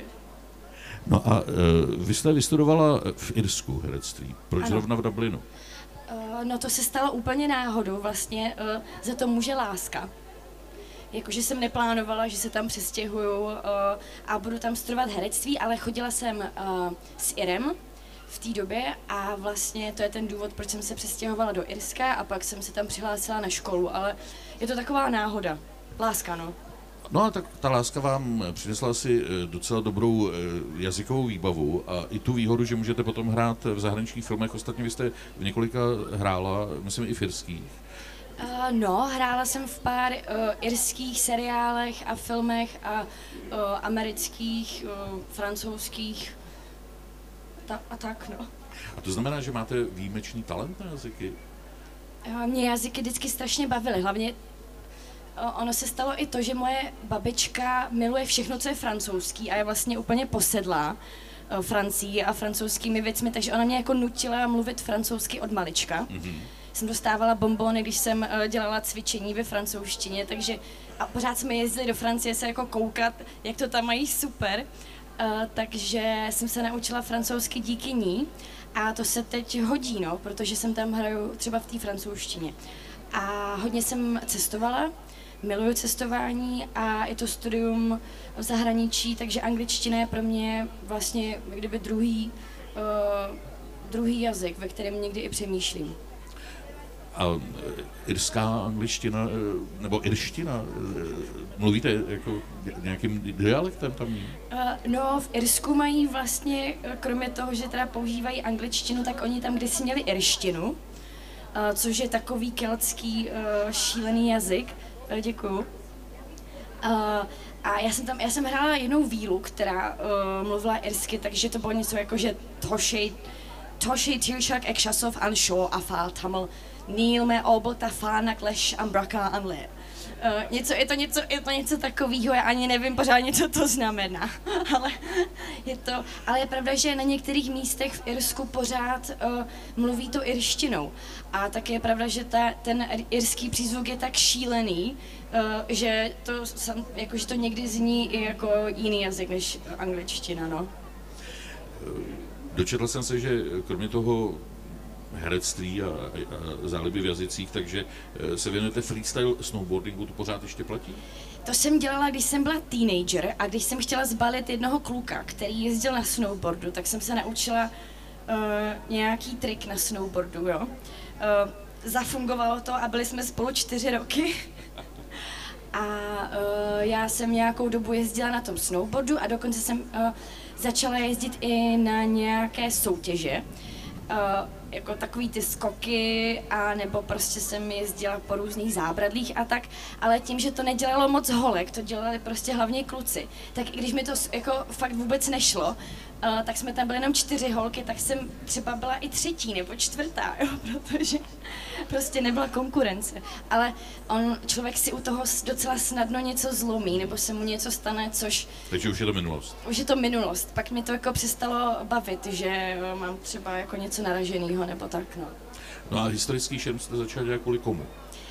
[SPEAKER 2] No a vy jste vystudovala v Irsku herectví. Proč zrovna v Dublinu?
[SPEAKER 4] No to se stalo úplně náhodou, vlastně za to může láska. Jakože jsem neplánovala, že se tam přestěhuju a budu tam studovat herectví, ale chodila jsem s Irem v té době a vlastně to je ten důvod, proč jsem se přestěhovala do Irska a pak jsem se tam přihlásila na školu, ale je to taková náhoda. Láska, no.
[SPEAKER 2] No a tak ta láska vám přinesla asi docela dobrou jazykovou výbavu a i tu výhodu, že můžete potom hrát v zahraničních filmech. Ostatně vy jste v několika hrála, myslím i v irských.
[SPEAKER 4] No, hrála jsem v pár irských seriálech a filmech a amerických, francouzských a tak, no.
[SPEAKER 2] A to znamená, že máte výjimečný talent na jazyky?
[SPEAKER 4] Mě jazyky vždycky strašně bavily, hlavně ono se stalo i to, že moje babička miluje všechno, co je francouzský a je vlastně úplně posedlá Francií a francouzskými věcmi, takže ona mě jako nutila mluvit francouzsky od malička. Mm-hmm. Jsem dostávala bonbony, když jsem dělala cvičení ve francouzštině, takže a pořád jsme jezdili do Francie se jako koukat, jak to tam mají super, takže jsem se naučila francouzsky díky ní a to se teď hodí, no, protože jsem tam hraju třeba v té francouzštině. A hodně jsem cestovala, miluju cestování a je to studium v zahraničí, takže angličtina je pro mě vlastně kdyby druhý jazyk, ve kterém někdy i přemýšlím.
[SPEAKER 2] A irská angličtina, nebo irština, mluvíte jako nějakým dialektem tamní?
[SPEAKER 4] No, v Irsku mají vlastně, kromě toho, že teda používají angličtinu, tak oni tam kdysi měli irštinu, což je takový keltský šílený jazyk. Děkuju. A já jsem hrála jednou vílu, která mluvila irsky, takže to bylo něco jako, že Toshi Tiršak ek Šasov an Šo a Fál Tamil Níl me Olbota Fának Leš Ambraka an Le. Je to něco takového, já ani nevím pořádně, co to znamená, ale je pravda, že na některých místech v Irsku pořád mluví to irštinou. A tak je pravda, že ten irský přízvuk je tak šílený, že to někdy zní i jako jiný jazyk než angličtina, no.
[SPEAKER 2] Dočetl jsem se, že kromě toho herectví a záliby v jazycích, takže se věnujete freestyle snowboardingu, to pořád ještě platí?
[SPEAKER 4] To jsem dělala, když jsem byla teenager a když jsem chtěla zbalit jednoho kluka, který jezdil na snowboardu, tak jsem se naučila nějaký trik na snowboardu, jo. Zafungovalo to a byli jsme spolu 4 roky. A já jsem nějakou dobu jezdila na tom snowboardu a dokonce jsem začala jezdit i na nějaké soutěže. Jako takový ty skoky, a nebo prostě jsem jezdila po různých zábradlích a tak, ale tím, že to nedělalo moc holek, to dělali prostě hlavně kluci, tak i když mi to jako fakt vůbec nešlo, tak jsme tam byli jenom 4 holky, tak jsem třeba byla i 3. nebo 4., jo, protože prostě nebyla konkurence. Ale člověk si u toho docela snadno něco zlomí, nebo se mu něco stane, což...
[SPEAKER 2] Takže už je to minulost.
[SPEAKER 4] Už je to minulost. Pak mi to jako přestalo bavit, že mám třeba jako něco naraženého, nebo tak, no.
[SPEAKER 2] No a historický šerm jste začal dělat kvůli komu?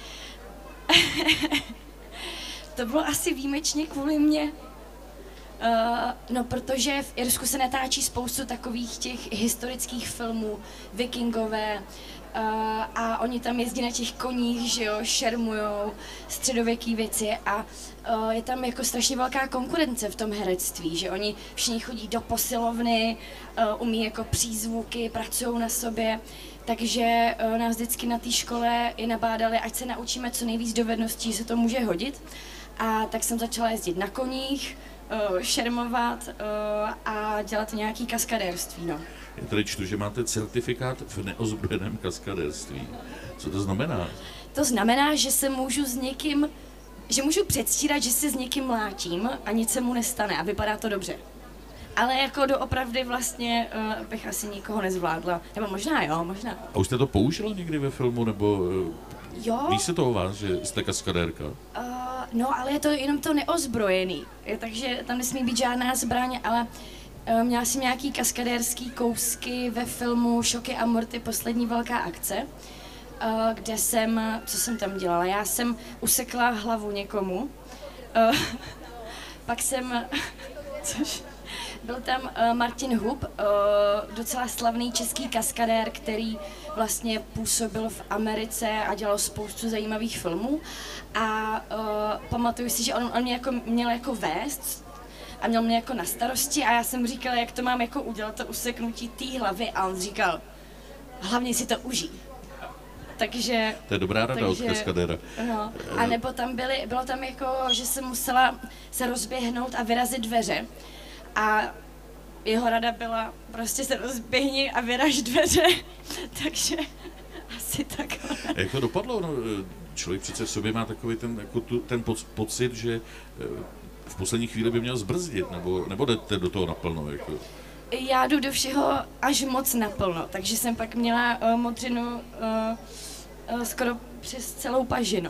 [SPEAKER 4] To bylo asi výjimečně kvůli mně. No, protože v Irsku se natáčí spoustu takových těch historických filmů, vikingové, a oni tam jezdí na těch koních, že jo, šermujou, středověký věci a je tam jako strašně velká konkurence v tom herectví, že oni všichni chodí do posilovny, umí jako přízvuky, pracují na sobě, takže nás vždycky na té škole i nabádali, ať se naučíme co nejvíc dovedností, se to může hodit. A tak jsem začala jezdit na koních, šermovat a dělat nějaký kaskadérství, no.
[SPEAKER 2] Já tady čtu, že máte certifikát v neozbrojeném kaskadérství. Co to znamená?
[SPEAKER 4] To znamená, že se můžu můžu předstírat, že se s někým mlátím a nic se mu nestane a vypadá to dobře. Ale jako doopravdy vlastně bych asi nikoho nezvládla. Nebo možná jo, možná.
[SPEAKER 2] A už jste to použila někdy ve filmu, nebo
[SPEAKER 4] jo?
[SPEAKER 2] Ví se to o vás, že jste kaskadérka?
[SPEAKER 4] No, ale je to jenom to neozbrojený, takže tam nesmí být žádná zbraň, ale měla jsem nějaký kaskadérský kousky ve filmu Šoky a Morty, poslední velká akce, kde co jsem tam dělala? Já jsem usekla hlavu někomu, pak jsem, byl tam Martin Hub, docela slavný český kaskadér, který vlastně působil v Americe a dělal spoustu zajímavých filmů. A pamatuju si, že on mě jako, měl jako vést a měl mě jako na starosti a já jsem říkala, jak to mám jako udělat, to useknutí té hlavy a on říkal, hlavně si to užij. Takže...
[SPEAKER 2] To je dobrá rada od kaskadéra.
[SPEAKER 4] No, a nebo tam bylo tam jako, že jsem musela se rozběhnout a vyrazit dveře. A jeho rada byla, prostě se rozběhni a vyraž dveře. Takže asi takhle.
[SPEAKER 2] Jak to dopadlo? No, člověk přece v sobě má takový ten pocit, že v poslední chvíli by měl zbrzdit, nebo jdete do toho naplno? Jako?
[SPEAKER 4] Já jdu do všeho až moc naplno, takže jsem pak měla modřinu skoro přes celou pažinu.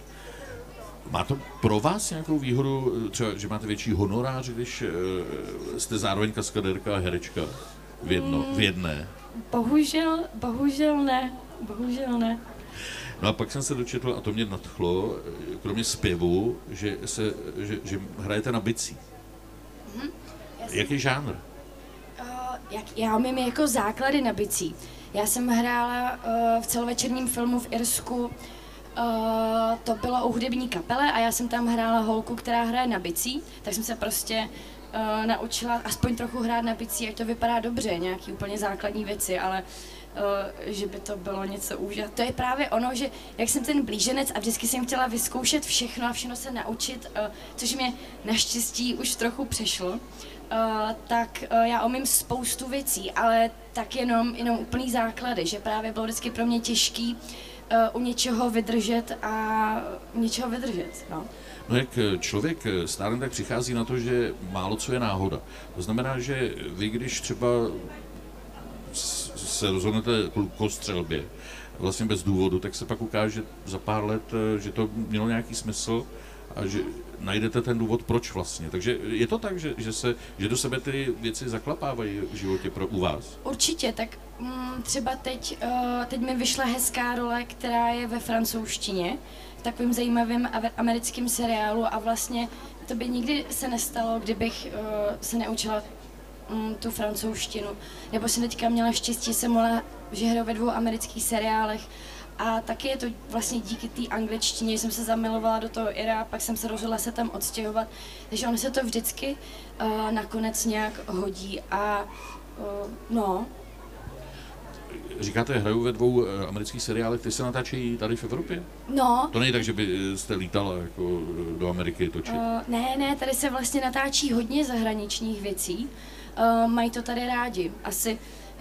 [SPEAKER 2] Má to pro vás nějakou výhodu, třeba, že máte větší honorář, když jste zároveň kaskadérka a herečka v jedné?
[SPEAKER 4] Bohužel ne.
[SPEAKER 2] No a pak jsem se dočetl, a to mě nadchlo, kromě zpěvu, že hrajete na bicí. Jaký žánr?
[SPEAKER 4] Já umím jako základy na bicí. Já jsem hrála v celovečerním filmu v Irsku, to bylo o hudební kapele a já jsem tam hrála holku, která hraje na bicí, tak jsem se prostě naučila aspoň trochu hrát na bicí, ať to vypadá dobře, nějaký úplně základní věci, ale že by to bylo něco úžasného. To je právě ono, že jak jsem ten blíženec a vždycky jsem chtěla vyzkoušet všechno a všechno se naučit, což mě naštěstí už trochu přešlo, tak já umím spoustu věcí, ale tak jenom úplný základy, že právě bylo vždycky pro mě těžký u něčeho vydržet a něčeho vydržet, no.
[SPEAKER 2] No jak člověk stárne, tak přichází na to, že málo co je náhoda. To znamená, že vy, když třeba se rozhodnete k střelbě, vlastně bez důvodu, tak se pak ukáže za pár let, že to mělo nějaký smysl a že najdete ten důvod, proč vlastně. Takže je to tak, že do sebe ty věci zaklapávají v životě u vás?
[SPEAKER 4] Určitě, tak třeba teď mi vyšla hezká role, která je ve francouzštině, v takovým zajímavým americkým seriálu a vlastně to by nikdy se nestalo, kdybych se neučila tu francouzštinu. Nebo jsem teďka měla štěstí, jsem mohla hrát ve 2 amerických seriálech a taky je to vlastně díky té angličtině, že jsem se zamilovala do toho Ira, pak jsem se rozhodla se tam odstěhovat, takže ono se to vždycky nakonec nějak hodí a no.
[SPEAKER 2] Říkáte, hraju ve 2 amerických seriálech, ty se natáčejí tady v Evropě?
[SPEAKER 4] No.
[SPEAKER 2] To není tak, že byste lítala jako do Ameriky točit?
[SPEAKER 4] Ne, tady se vlastně natáčí hodně zahraničních věcí. Mají to tady rádi. Asi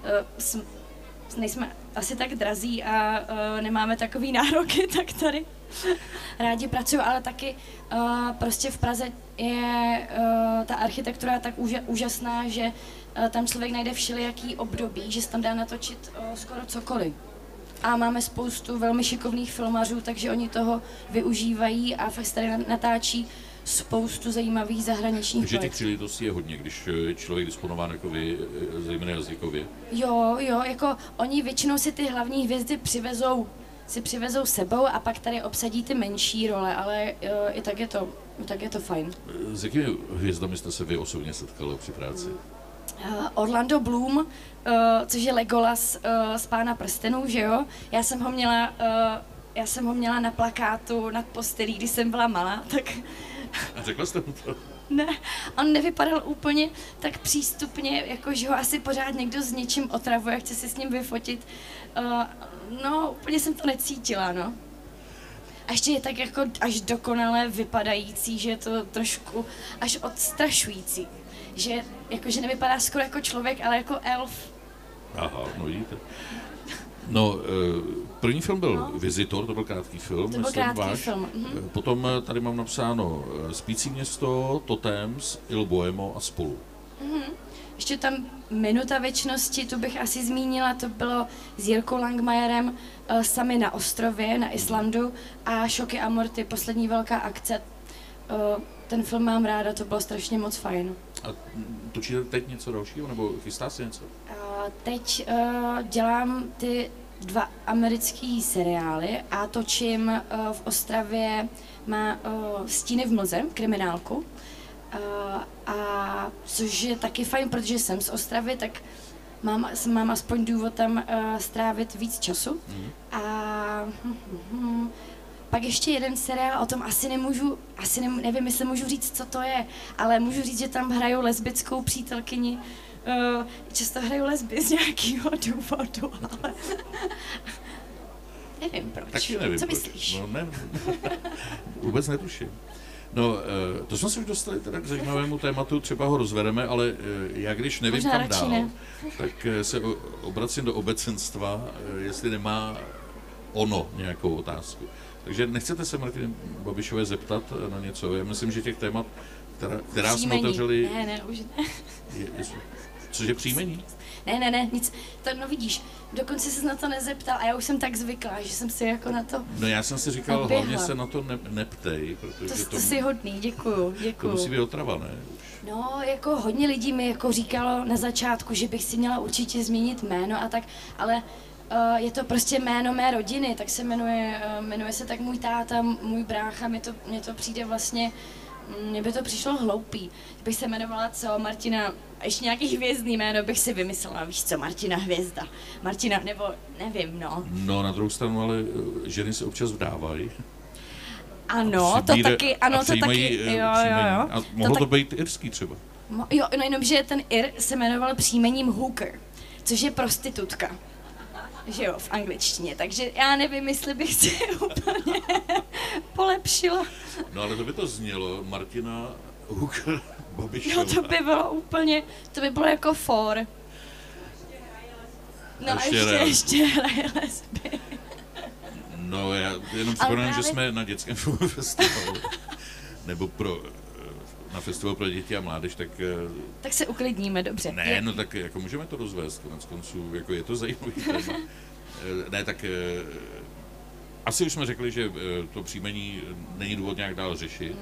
[SPEAKER 4] nejsme asi tak drazí a nemáme takový nároky, tak tady rádi pracují, ale taky prostě v Praze je ta architektura tak úžasná, že tam člověk najde všelijaký období, že se tam dá natočit skoro cokoliv. A máme spoustu velmi šikovných filmařů, takže oni toho využívají a fakt tady natáčí spoustu zajímavých zahraničních
[SPEAKER 2] projektů. Takže těch příležitostí je hodně, když je člověk disponován jako vy, zejména jazykově.
[SPEAKER 4] Jo, jako oni většinou si ty hlavní hvězdy přivezou sebou a pak tady obsadí ty menší role, ale i tak je to fajn.
[SPEAKER 2] S jakými hvězdami jste se vy osobně setkala při práci?
[SPEAKER 4] Orlando Bloom, což je Legolas z Pána prstenů, že jo? Já jsem ho měla na plakátu nad postelí, když jsem byla malá, tak...
[SPEAKER 2] A řekla jste mu to?
[SPEAKER 4] Ne, on nevypadal úplně tak přístupně, jako že ho asi pořád někdo s něčím otravuje, chce si s ním vyfotit. No, úplně jsem to necítila, no. A ještě je tak jako až dokonale vypadající, že je to trošku až odstrašující. Že nevypadá skoro jako člověk, ale jako elf.
[SPEAKER 2] Aha, no vidíte. No, první film byl Vizitor, to byl krátký film.
[SPEAKER 4] To byl krátký film.
[SPEAKER 2] Potom tady mám napsáno Spící město, Totems, Il Bohemo a Spolu.
[SPEAKER 4] Ještě tam Minuta věčnosti, tu bych asi zmínila, to bylo s Jirkou Langmajerem Sami na ostrově, na Islandu a Šoky a morty, poslední velká akce. Ten film mám ráda, to bylo strašně moc fajn.
[SPEAKER 2] A točíte teď něco dalšího, nebo chystá se něco?
[SPEAKER 4] Teď dělám ty 2 americký seriály a točím v Ostravě Stíny v mlze, kriminálku. A což je taky fajn, protože jsem z Ostravy, tak mám aspoň důvod tam strávit víc času. A pak ještě jeden seriál, o tom nevím, jestli můžu říct, co to je, ale můžu říct, že tam hrajou lesbickou přítelkyni. Často hrajou lesby z nějakého důvodu, ale nevím proč.
[SPEAKER 2] Taky nevím
[SPEAKER 4] co
[SPEAKER 2] proč.
[SPEAKER 4] myslíš?
[SPEAKER 2] No, ne, vůbec netuším. No, to jsme se už dostali teda k zajímavému tématu, třeba ho rozvedeme, ale já když nevím
[SPEAKER 4] Možná
[SPEAKER 2] kam dál,
[SPEAKER 4] ne.
[SPEAKER 2] tak se obracím do obecenstva, jestli nemá ono nějakou otázku. Takže nechcete se Martiny Babišové zeptat na něco? Já myslím, že těch témat, která jsme otevřeli...
[SPEAKER 4] Ne, už ne.
[SPEAKER 2] Cože příjmení?
[SPEAKER 4] Ne, nic. No vidíš, dokonce se na to nezeptal a já už jsem tak zvyklá, že jsem si jako na to
[SPEAKER 2] No já jsem si říkal,
[SPEAKER 4] naběhla.
[SPEAKER 2] hlavně se na to neptej, protože
[SPEAKER 4] to jsi hodný, děkuju.
[SPEAKER 2] To musí být otrava, ne?
[SPEAKER 4] No, jako hodně lidí mi jako říkalo na začátku, že bych si měla určitě změnit jméno a tak, ale je to prostě jméno mé rodiny, tak se jmenuje se tak můj táta, můj brácha, mně to přijde vlastně, mně by to přišlo hloupý, kdybych se jmenovala Martina, a ještě nějaký hvězdný jméno bych si vymyslela, víš co, Martina Hvězda, Martina, nebo nevím, no.
[SPEAKER 2] No, na druhou stranu, ale ženy se občas vdávají.
[SPEAKER 4] Ano, to taky, jo.
[SPEAKER 2] A mohlo to být irský třeba.
[SPEAKER 4] Jo, no jenom, že ten Ir se jmenoval příjmením Hooker, což je prostitutka. Že jo, v angličtině, takže já nevím, jestli bych si úplně polepšila.
[SPEAKER 2] No ale to by to znělo, Martina Hooker Babišová.
[SPEAKER 4] Jo, to by bylo úplně, to by bylo jako for. No ještě hraje lesby.
[SPEAKER 2] No já jenom připomínám, že jsme na dětském festivalu, nebo na festival pro děti a mládež, tak...
[SPEAKER 4] Tak se uklidníme, dobře.
[SPEAKER 2] Ne, no tak jako můžeme to rozvést, konec konců, jako je to zajímavý téma. Ne, tak asi už jsme řekli, že to příjmení není důvod nějak dál řešit.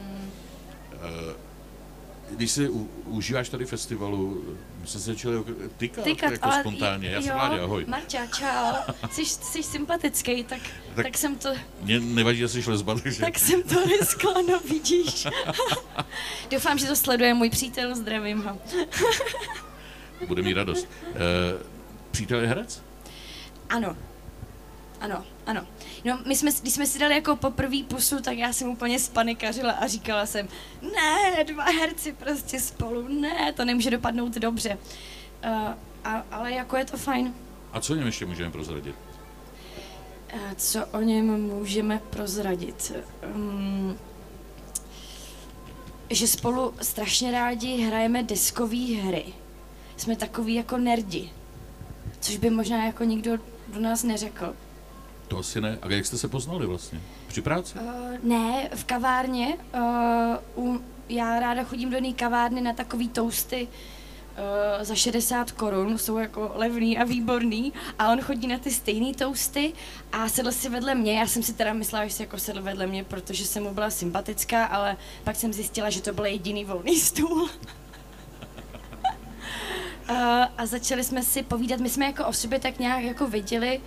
[SPEAKER 2] Když si užíváš tady festivalu, my jsme se začali tykat jako spontánně. Já jsem Vláďa, ahoj.
[SPEAKER 4] Marťa, čau. Jsi sympatický, tak jsem to...
[SPEAKER 2] Mně nevadí, že jsi lesba, takže...
[SPEAKER 4] Tak jsem to riskla, no vidíš. Doufám, že to sleduje můj přítel, zdravím ho.
[SPEAKER 2] Bude mít radost. Přítel je herec?
[SPEAKER 4] Ano. No, když jsme si dali jako poprvý pusu, tak já jsem úplně spanikařila a říkala jsem, ne, 2 herci prostě spolu, ne, to nemůže dopadnout dobře. Ale jako je to fajn.
[SPEAKER 2] A co o něm ještě můžeme prozradit?
[SPEAKER 4] Co o něm můžeme prozradit? Že spolu strašně rádi hrajeme deskové hry. Jsme takový jako nerdi, což by možná jako nikdo do nás neřekl.
[SPEAKER 2] To asi ne. A jak jste se poznali vlastně? Při práci?
[SPEAKER 4] Ne, v kavárně. Já ráda chodím do jiné kavárny na takový toasty za 60 korun, jsou jako levný a výborný. A on chodí na ty stejný toasty a sedl si vedle mě. Já jsem si teda myslela, že si jako sedl vedle mě, protože jsem mu byla sympatická, ale pak jsem zjistila, že to byl jediný volný stůl. A začali jsme si povídat, my jsme jako o sobě tak nějak jako viděli.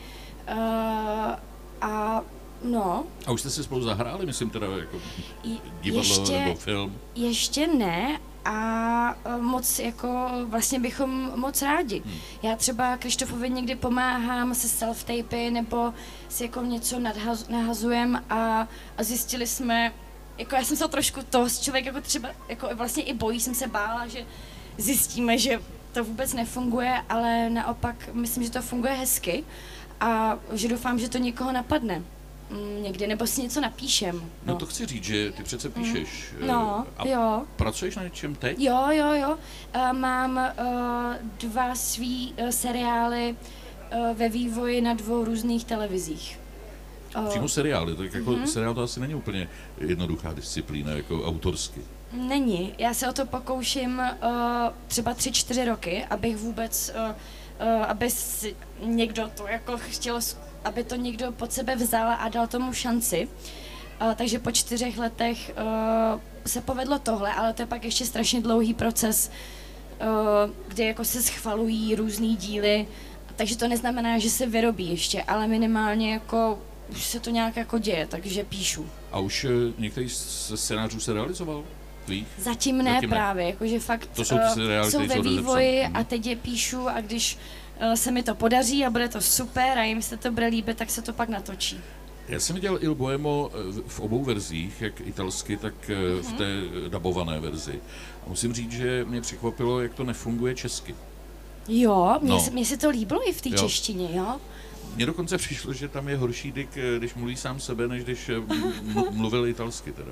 [SPEAKER 4] A už
[SPEAKER 2] jste si spolu zahráli, myslím teda jako divadlo nebo film?
[SPEAKER 4] Ještě ne a moc jako vlastně bychom moc rádi. Já třeba Krištofovi někdy pomáhám se self-tapy nebo si jako něco nahazujem a zjistili jsme, jako já jsem se trošku člověk jako třeba jako vlastně i bojí, jsem se bála, že zjistíme, že to vůbec nefunguje, ale naopak myslím, že to funguje hezky. A že doufám, že to někoho napadne někdy, nebo si něco napíšem.
[SPEAKER 2] No to chci říct, že ty přece píšeš.
[SPEAKER 4] Jo.
[SPEAKER 2] Pracuješ na něčem teď?
[SPEAKER 4] Jo. Mám 2 svý seriály ve vývoji na 2 různých televizích.
[SPEAKER 2] Přímo seriály, tak jako seriál to asi není úplně jednoduchá disciplína, jako autorsky.
[SPEAKER 4] Není. Já se o to pokouším třeba 3-4 roky, abych vůbec... aby si někdo to jako chtěl, aby to někdo pod sebe vzal a dal tomu šanci. Takže po 4 letech se povedlo tohle, ale to je pak ještě strašně dlouhý proces, kde jako se schvalují různý díly, takže to neznamená, že se vyrobí ještě, ale minimálně jako už se to nějak jako děje, takže píšu.
[SPEAKER 2] A už některý z scénářů se realizoval? tvých?
[SPEAKER 4] Zatím ne právě, jakože fakt
[SPEAKER 2] to jsou
[SPEAKER 4] ve vývoji a teď je píšu a když se mi to podaří a bude to super a jim se to bude líbit, tak se to pak natočí.
[SPEAKER 2] Já jsem viděl Il Bohemo v obou verzích, jak italsky, tak v té dabované verzi. A musím říct, že mě překvapilo, jak to nefunguje česky.
[SPEAKER 4] Jo, mně se to líbilo i v té češtině, jo.
[SPEAKER 2] Mně dokonce přišlo, že tam je horší Dick, když mluví sám sebe, než když mluvil italsky teda.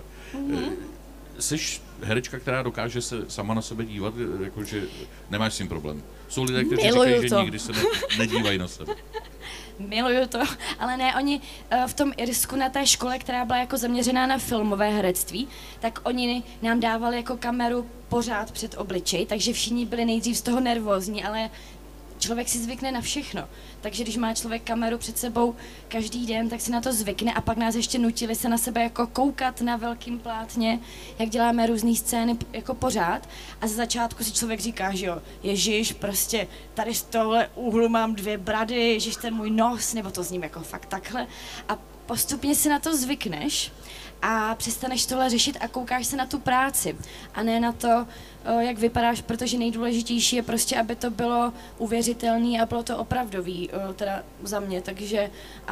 [SPEAKER 2] Jsi herečka, která dokáže se sama na sebe dívat, jakože nemáš s tím problém. Jsou lidé, kteří říkají, že nikdy se nedívají na sebe.
[SPEAKER 4] Miluju to, ale ne, oni v tom Irsku na té škole, která byla jako zaměřená na filmové herectví, tak oni nám dávali jako kameru pořád před obličej, takže všichni byli nejdřív z toho nervózní, ale člověk si zvykne na všechno. Takže když má člověk kameru před sebou každý den, tak si na to zvykne a pak nás ještě nutili se na sebe jako koukat na velkým plátně, jak děláme různé scény jako pořád. A ze začátku si člověk říká, že jo, ježiš, prostě tady z tohle úhlu mám 2 brady, ježiš, ten můj nos, nebo to zním jako fakt takhle. A postupně si na to zvykneš a přestaneš tohle řešit a koukáš se na tu práci a ne na to, jak vypadáš, protože nejdůležitější je prostě, aby to bylo uvěřitelné a bylo to opravdový, teda za mě, takže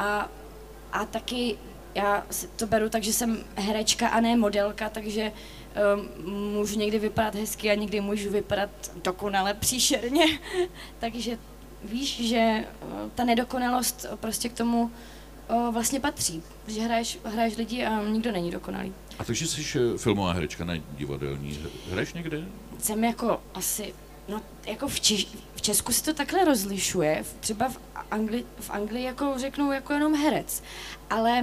[SPEAKER 4] a taky já si to beru tak, že jsem herečka a ne modelka, takže můžu někdy vypadat hezky a někdy můžu vypadat dokonale příšerně, takže víš, že ta nedokonalost prostě k tomu vlastně patří, že hraješ lidi a nikdo není dokonalý.
[SPEAKER 2] A takže jsi filmová herečka, ne divadelní. Hraješ někde?
[SPEAKER 4] Jsem jako asi, no jako v Česku se to takhle rozlišuje, třeba v Anglii jako řeknou jako jenom herec, ale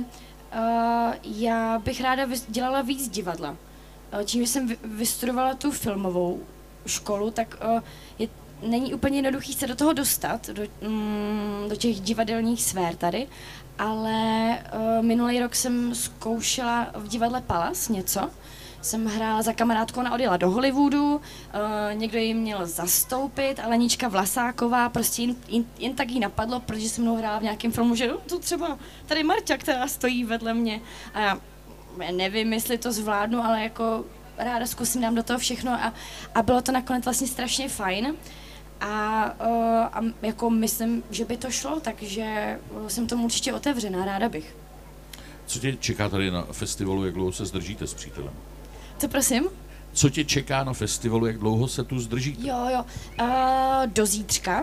[SPEAKER 4] já bych ráda dělala víc divadla. Tím, že jsem vystudovala tu filmovou školu, tak není úplně jednoduchý se do toho dostat, do těch divadelních sfér tady, ale minulý rok jsem zkoušela v divadle Palace něco. Jsem hrála za kamarádkou, ona odjela do Hollywoodu, někdo ji měl zastoupit, ale Anička Vlasáková, prostě jen tak jí napadlo, protože jsem mnou hrála v nějakém filmu, že to třeba tady Marťa, která stojí vedle mě. A já nevím, jestli to zvládnu, ale jako ráda zkusím, dám do toho všechno a bylo to nakonec vlastně strašně fajn. A jako myslím, že by to šlo, takže jsem tomu určitě otevřená, ráda bych.
[SPEAKER 2] Co tě čeká tady na festivalu, jak dlouho se zdržíte s přítelem?
[SPEAKER 4] Co prosím?
[SPEAKER 2] Co tě čeká na festivalu, jak dlouho se tu zdržíte?
[SPEAKER 4] Jo, do zítřka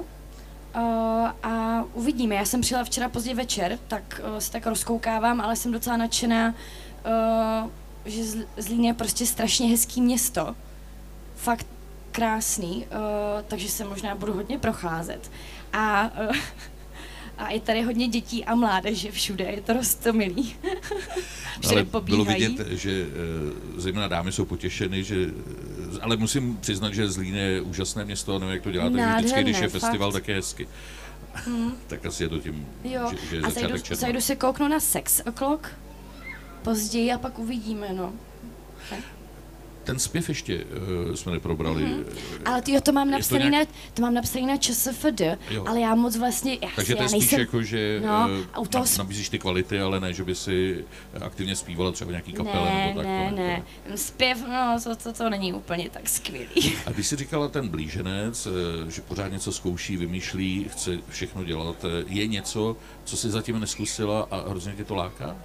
[SPEAKER 4] a uvidíme. Já jsem přijela včera pozdě večer, tak se tak rozkoukávám, ale jsem docela nadšená, že Zlín je prostě strašně hezký město. Fakt krásný, takže se možná budu hodně procházet. A je tady hodně dětí a mládeže všude, je to roztomilý.
[SPEAKER 2] Ale bylo vidět, že zejména dámy jsou potěšeny, ale musím přiznat, že Zlín je úžasné město, nevím, jak to děláte, že vždycky, když je festival, tak je hezky. Tak asi je to tím, že je začátek června.
[SPEAKER 4] Zajdu se kouknout na Sex O'Clock později a pak uvidíme, no.
[SPEAKER 2] Ten zpěv ještě jsme neprobrali.
[SPEAKER 4] Ale to mám napsaný na ČSFD, ale já moc vlastně...
[SPEAKER 2] Takže to je spíš jako, že nabízíš ty kvality, ale ne, že by si aktivně zpívala třeba nějaký kapele nebo tak.
[SPEAKER 4] Ne. Zpěv, to není úplně tak skvělý.
[SPEAKER 2] A když jsi říkala ten blíženec, že pořád něco zkouší, vymýšlí, chce všechno dělat, je něco, co jsi zatím neskusila a hrozně tě to láká?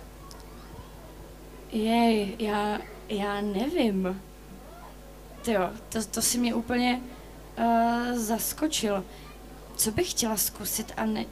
[SPEAKER 4] Já nevím. Tyjo, to si mě úplně zaskočil. Co bych chtěla zkusit a ne...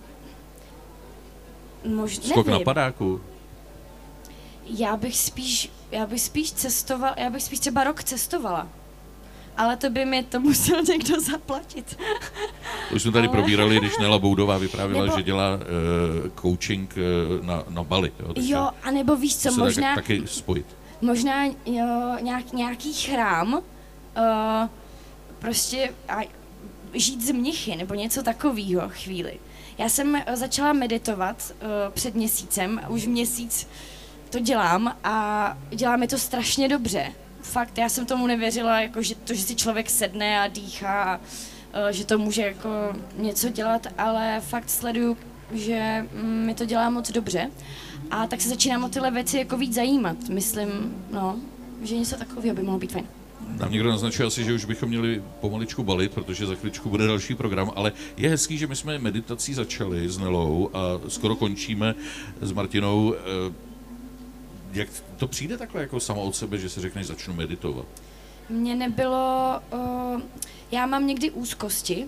[SPEAKER 2] Skok na padáku.
[SPEAKER 4] Já bych spíš cestovala, já bych spíš třeba rok cestovala. Ale to by mi to musel někdo zaplatit.
[SPEAKER 2] To už jsme tady probírali, když Nela Boudová vyprávěla, že dělá coaching na Bali.
[SPEAKER 4] Jo, anebo víš co, možná...
[SPEAKER 2] Taky spojit.
[SPEAKER 4] Možná nějaký chrám, prostě žít z mnichy, nebo něco takového chvíli. Já jsem začala meditovat před měsícem, už měsíc to dělám a dělá mi to strašně dobře. Fakt, já jsem tomu nevěřila, jako, že si člověk sedne a dýchá, že to může jako něco dělat, ale fakt sleduju, že mi to dělá moc dobře. A tak se začínám o tyhle věci jako víc zajímat. Myslím, že něco takového by mohlo být fajn.
[SPEAKER 2] Nám někdo naznačuje asi, že už bychom měli pomaličku balit, protože za chvíličku bude další program, ale je hezký, že my jsme meditací začali s Nelou a skoro končíme s Martinou. Jak to přijde takhle jako samo od sebe, že si řekneš, začnu meditovat?
[SPEAKER 4] Mně nebylo... já mám někdy úzkosti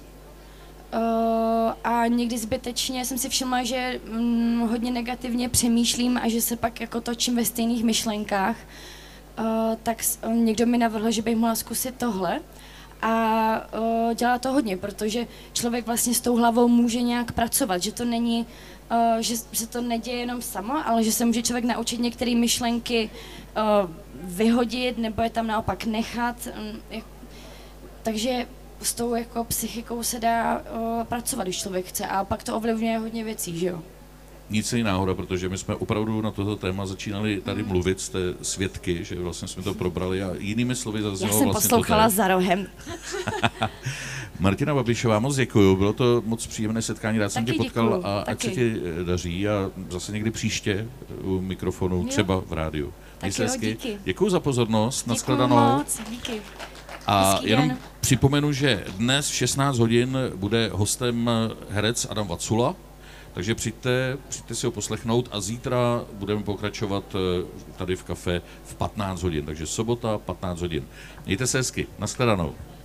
[SPEAKER 4] a někdy zbytečně jsem si všimla, že hodně negativně přemýšlím a že se pak jako točím ve stejných myšlenkách. Tak někdo mi navrhl, že bych mohla zkusit tohle a dělá to hodně, protože člověk vlastně s tou hlavou může nějak pracovat, že to není, že se to neděje jenom samo, ale že se může člověk naučit některé myšlenky vyhodit nebo je tam naopak nechat, takže s tou jako psychikou se dá pracovat, když člověk chce a pak to ovlivňuje hodně věcí, že jo.
[SPEAKER 2] Nic není náhoda, protože my jsme opravdu na toto téma začínali tady mluvit, jste svědky, že vlastně jsme to probrali a jinými slovy zaznělo vlastně to.
[SPEAKER 4] Já jsem poslouchala za rohem.
[SPEAKER 2] Martina Babišová, moc děkuju, bylo to moc příjemné setkání, rád jsem tě potkal a ať se ti daří a zase někdy příště u mikrofonu, třeba v rádiu.
[SPEAKER 4] Tak jo, díky.
[SPEAKER 2] Děkuju za pozornost,
[SPEAKER 4] Děkuju
[SPEAKER 2] nashledanou.
[SPEAKER 4] moc, díky.
[SPEAKER 2] A
[SPEAKER 4] Hezký
[SPEAKER 2] jenom
[SPEAKER 4] den.
[SPEAKER 2] připomenu, že dnes v 16 hodin bude hostem herec Adam Vacula, takže přijďte si ho poslechnout a zítra budeme pokračovat tady v kafe v 15 hodin, takže sobota 15 hodin. Mějte se hezky, nashledanou.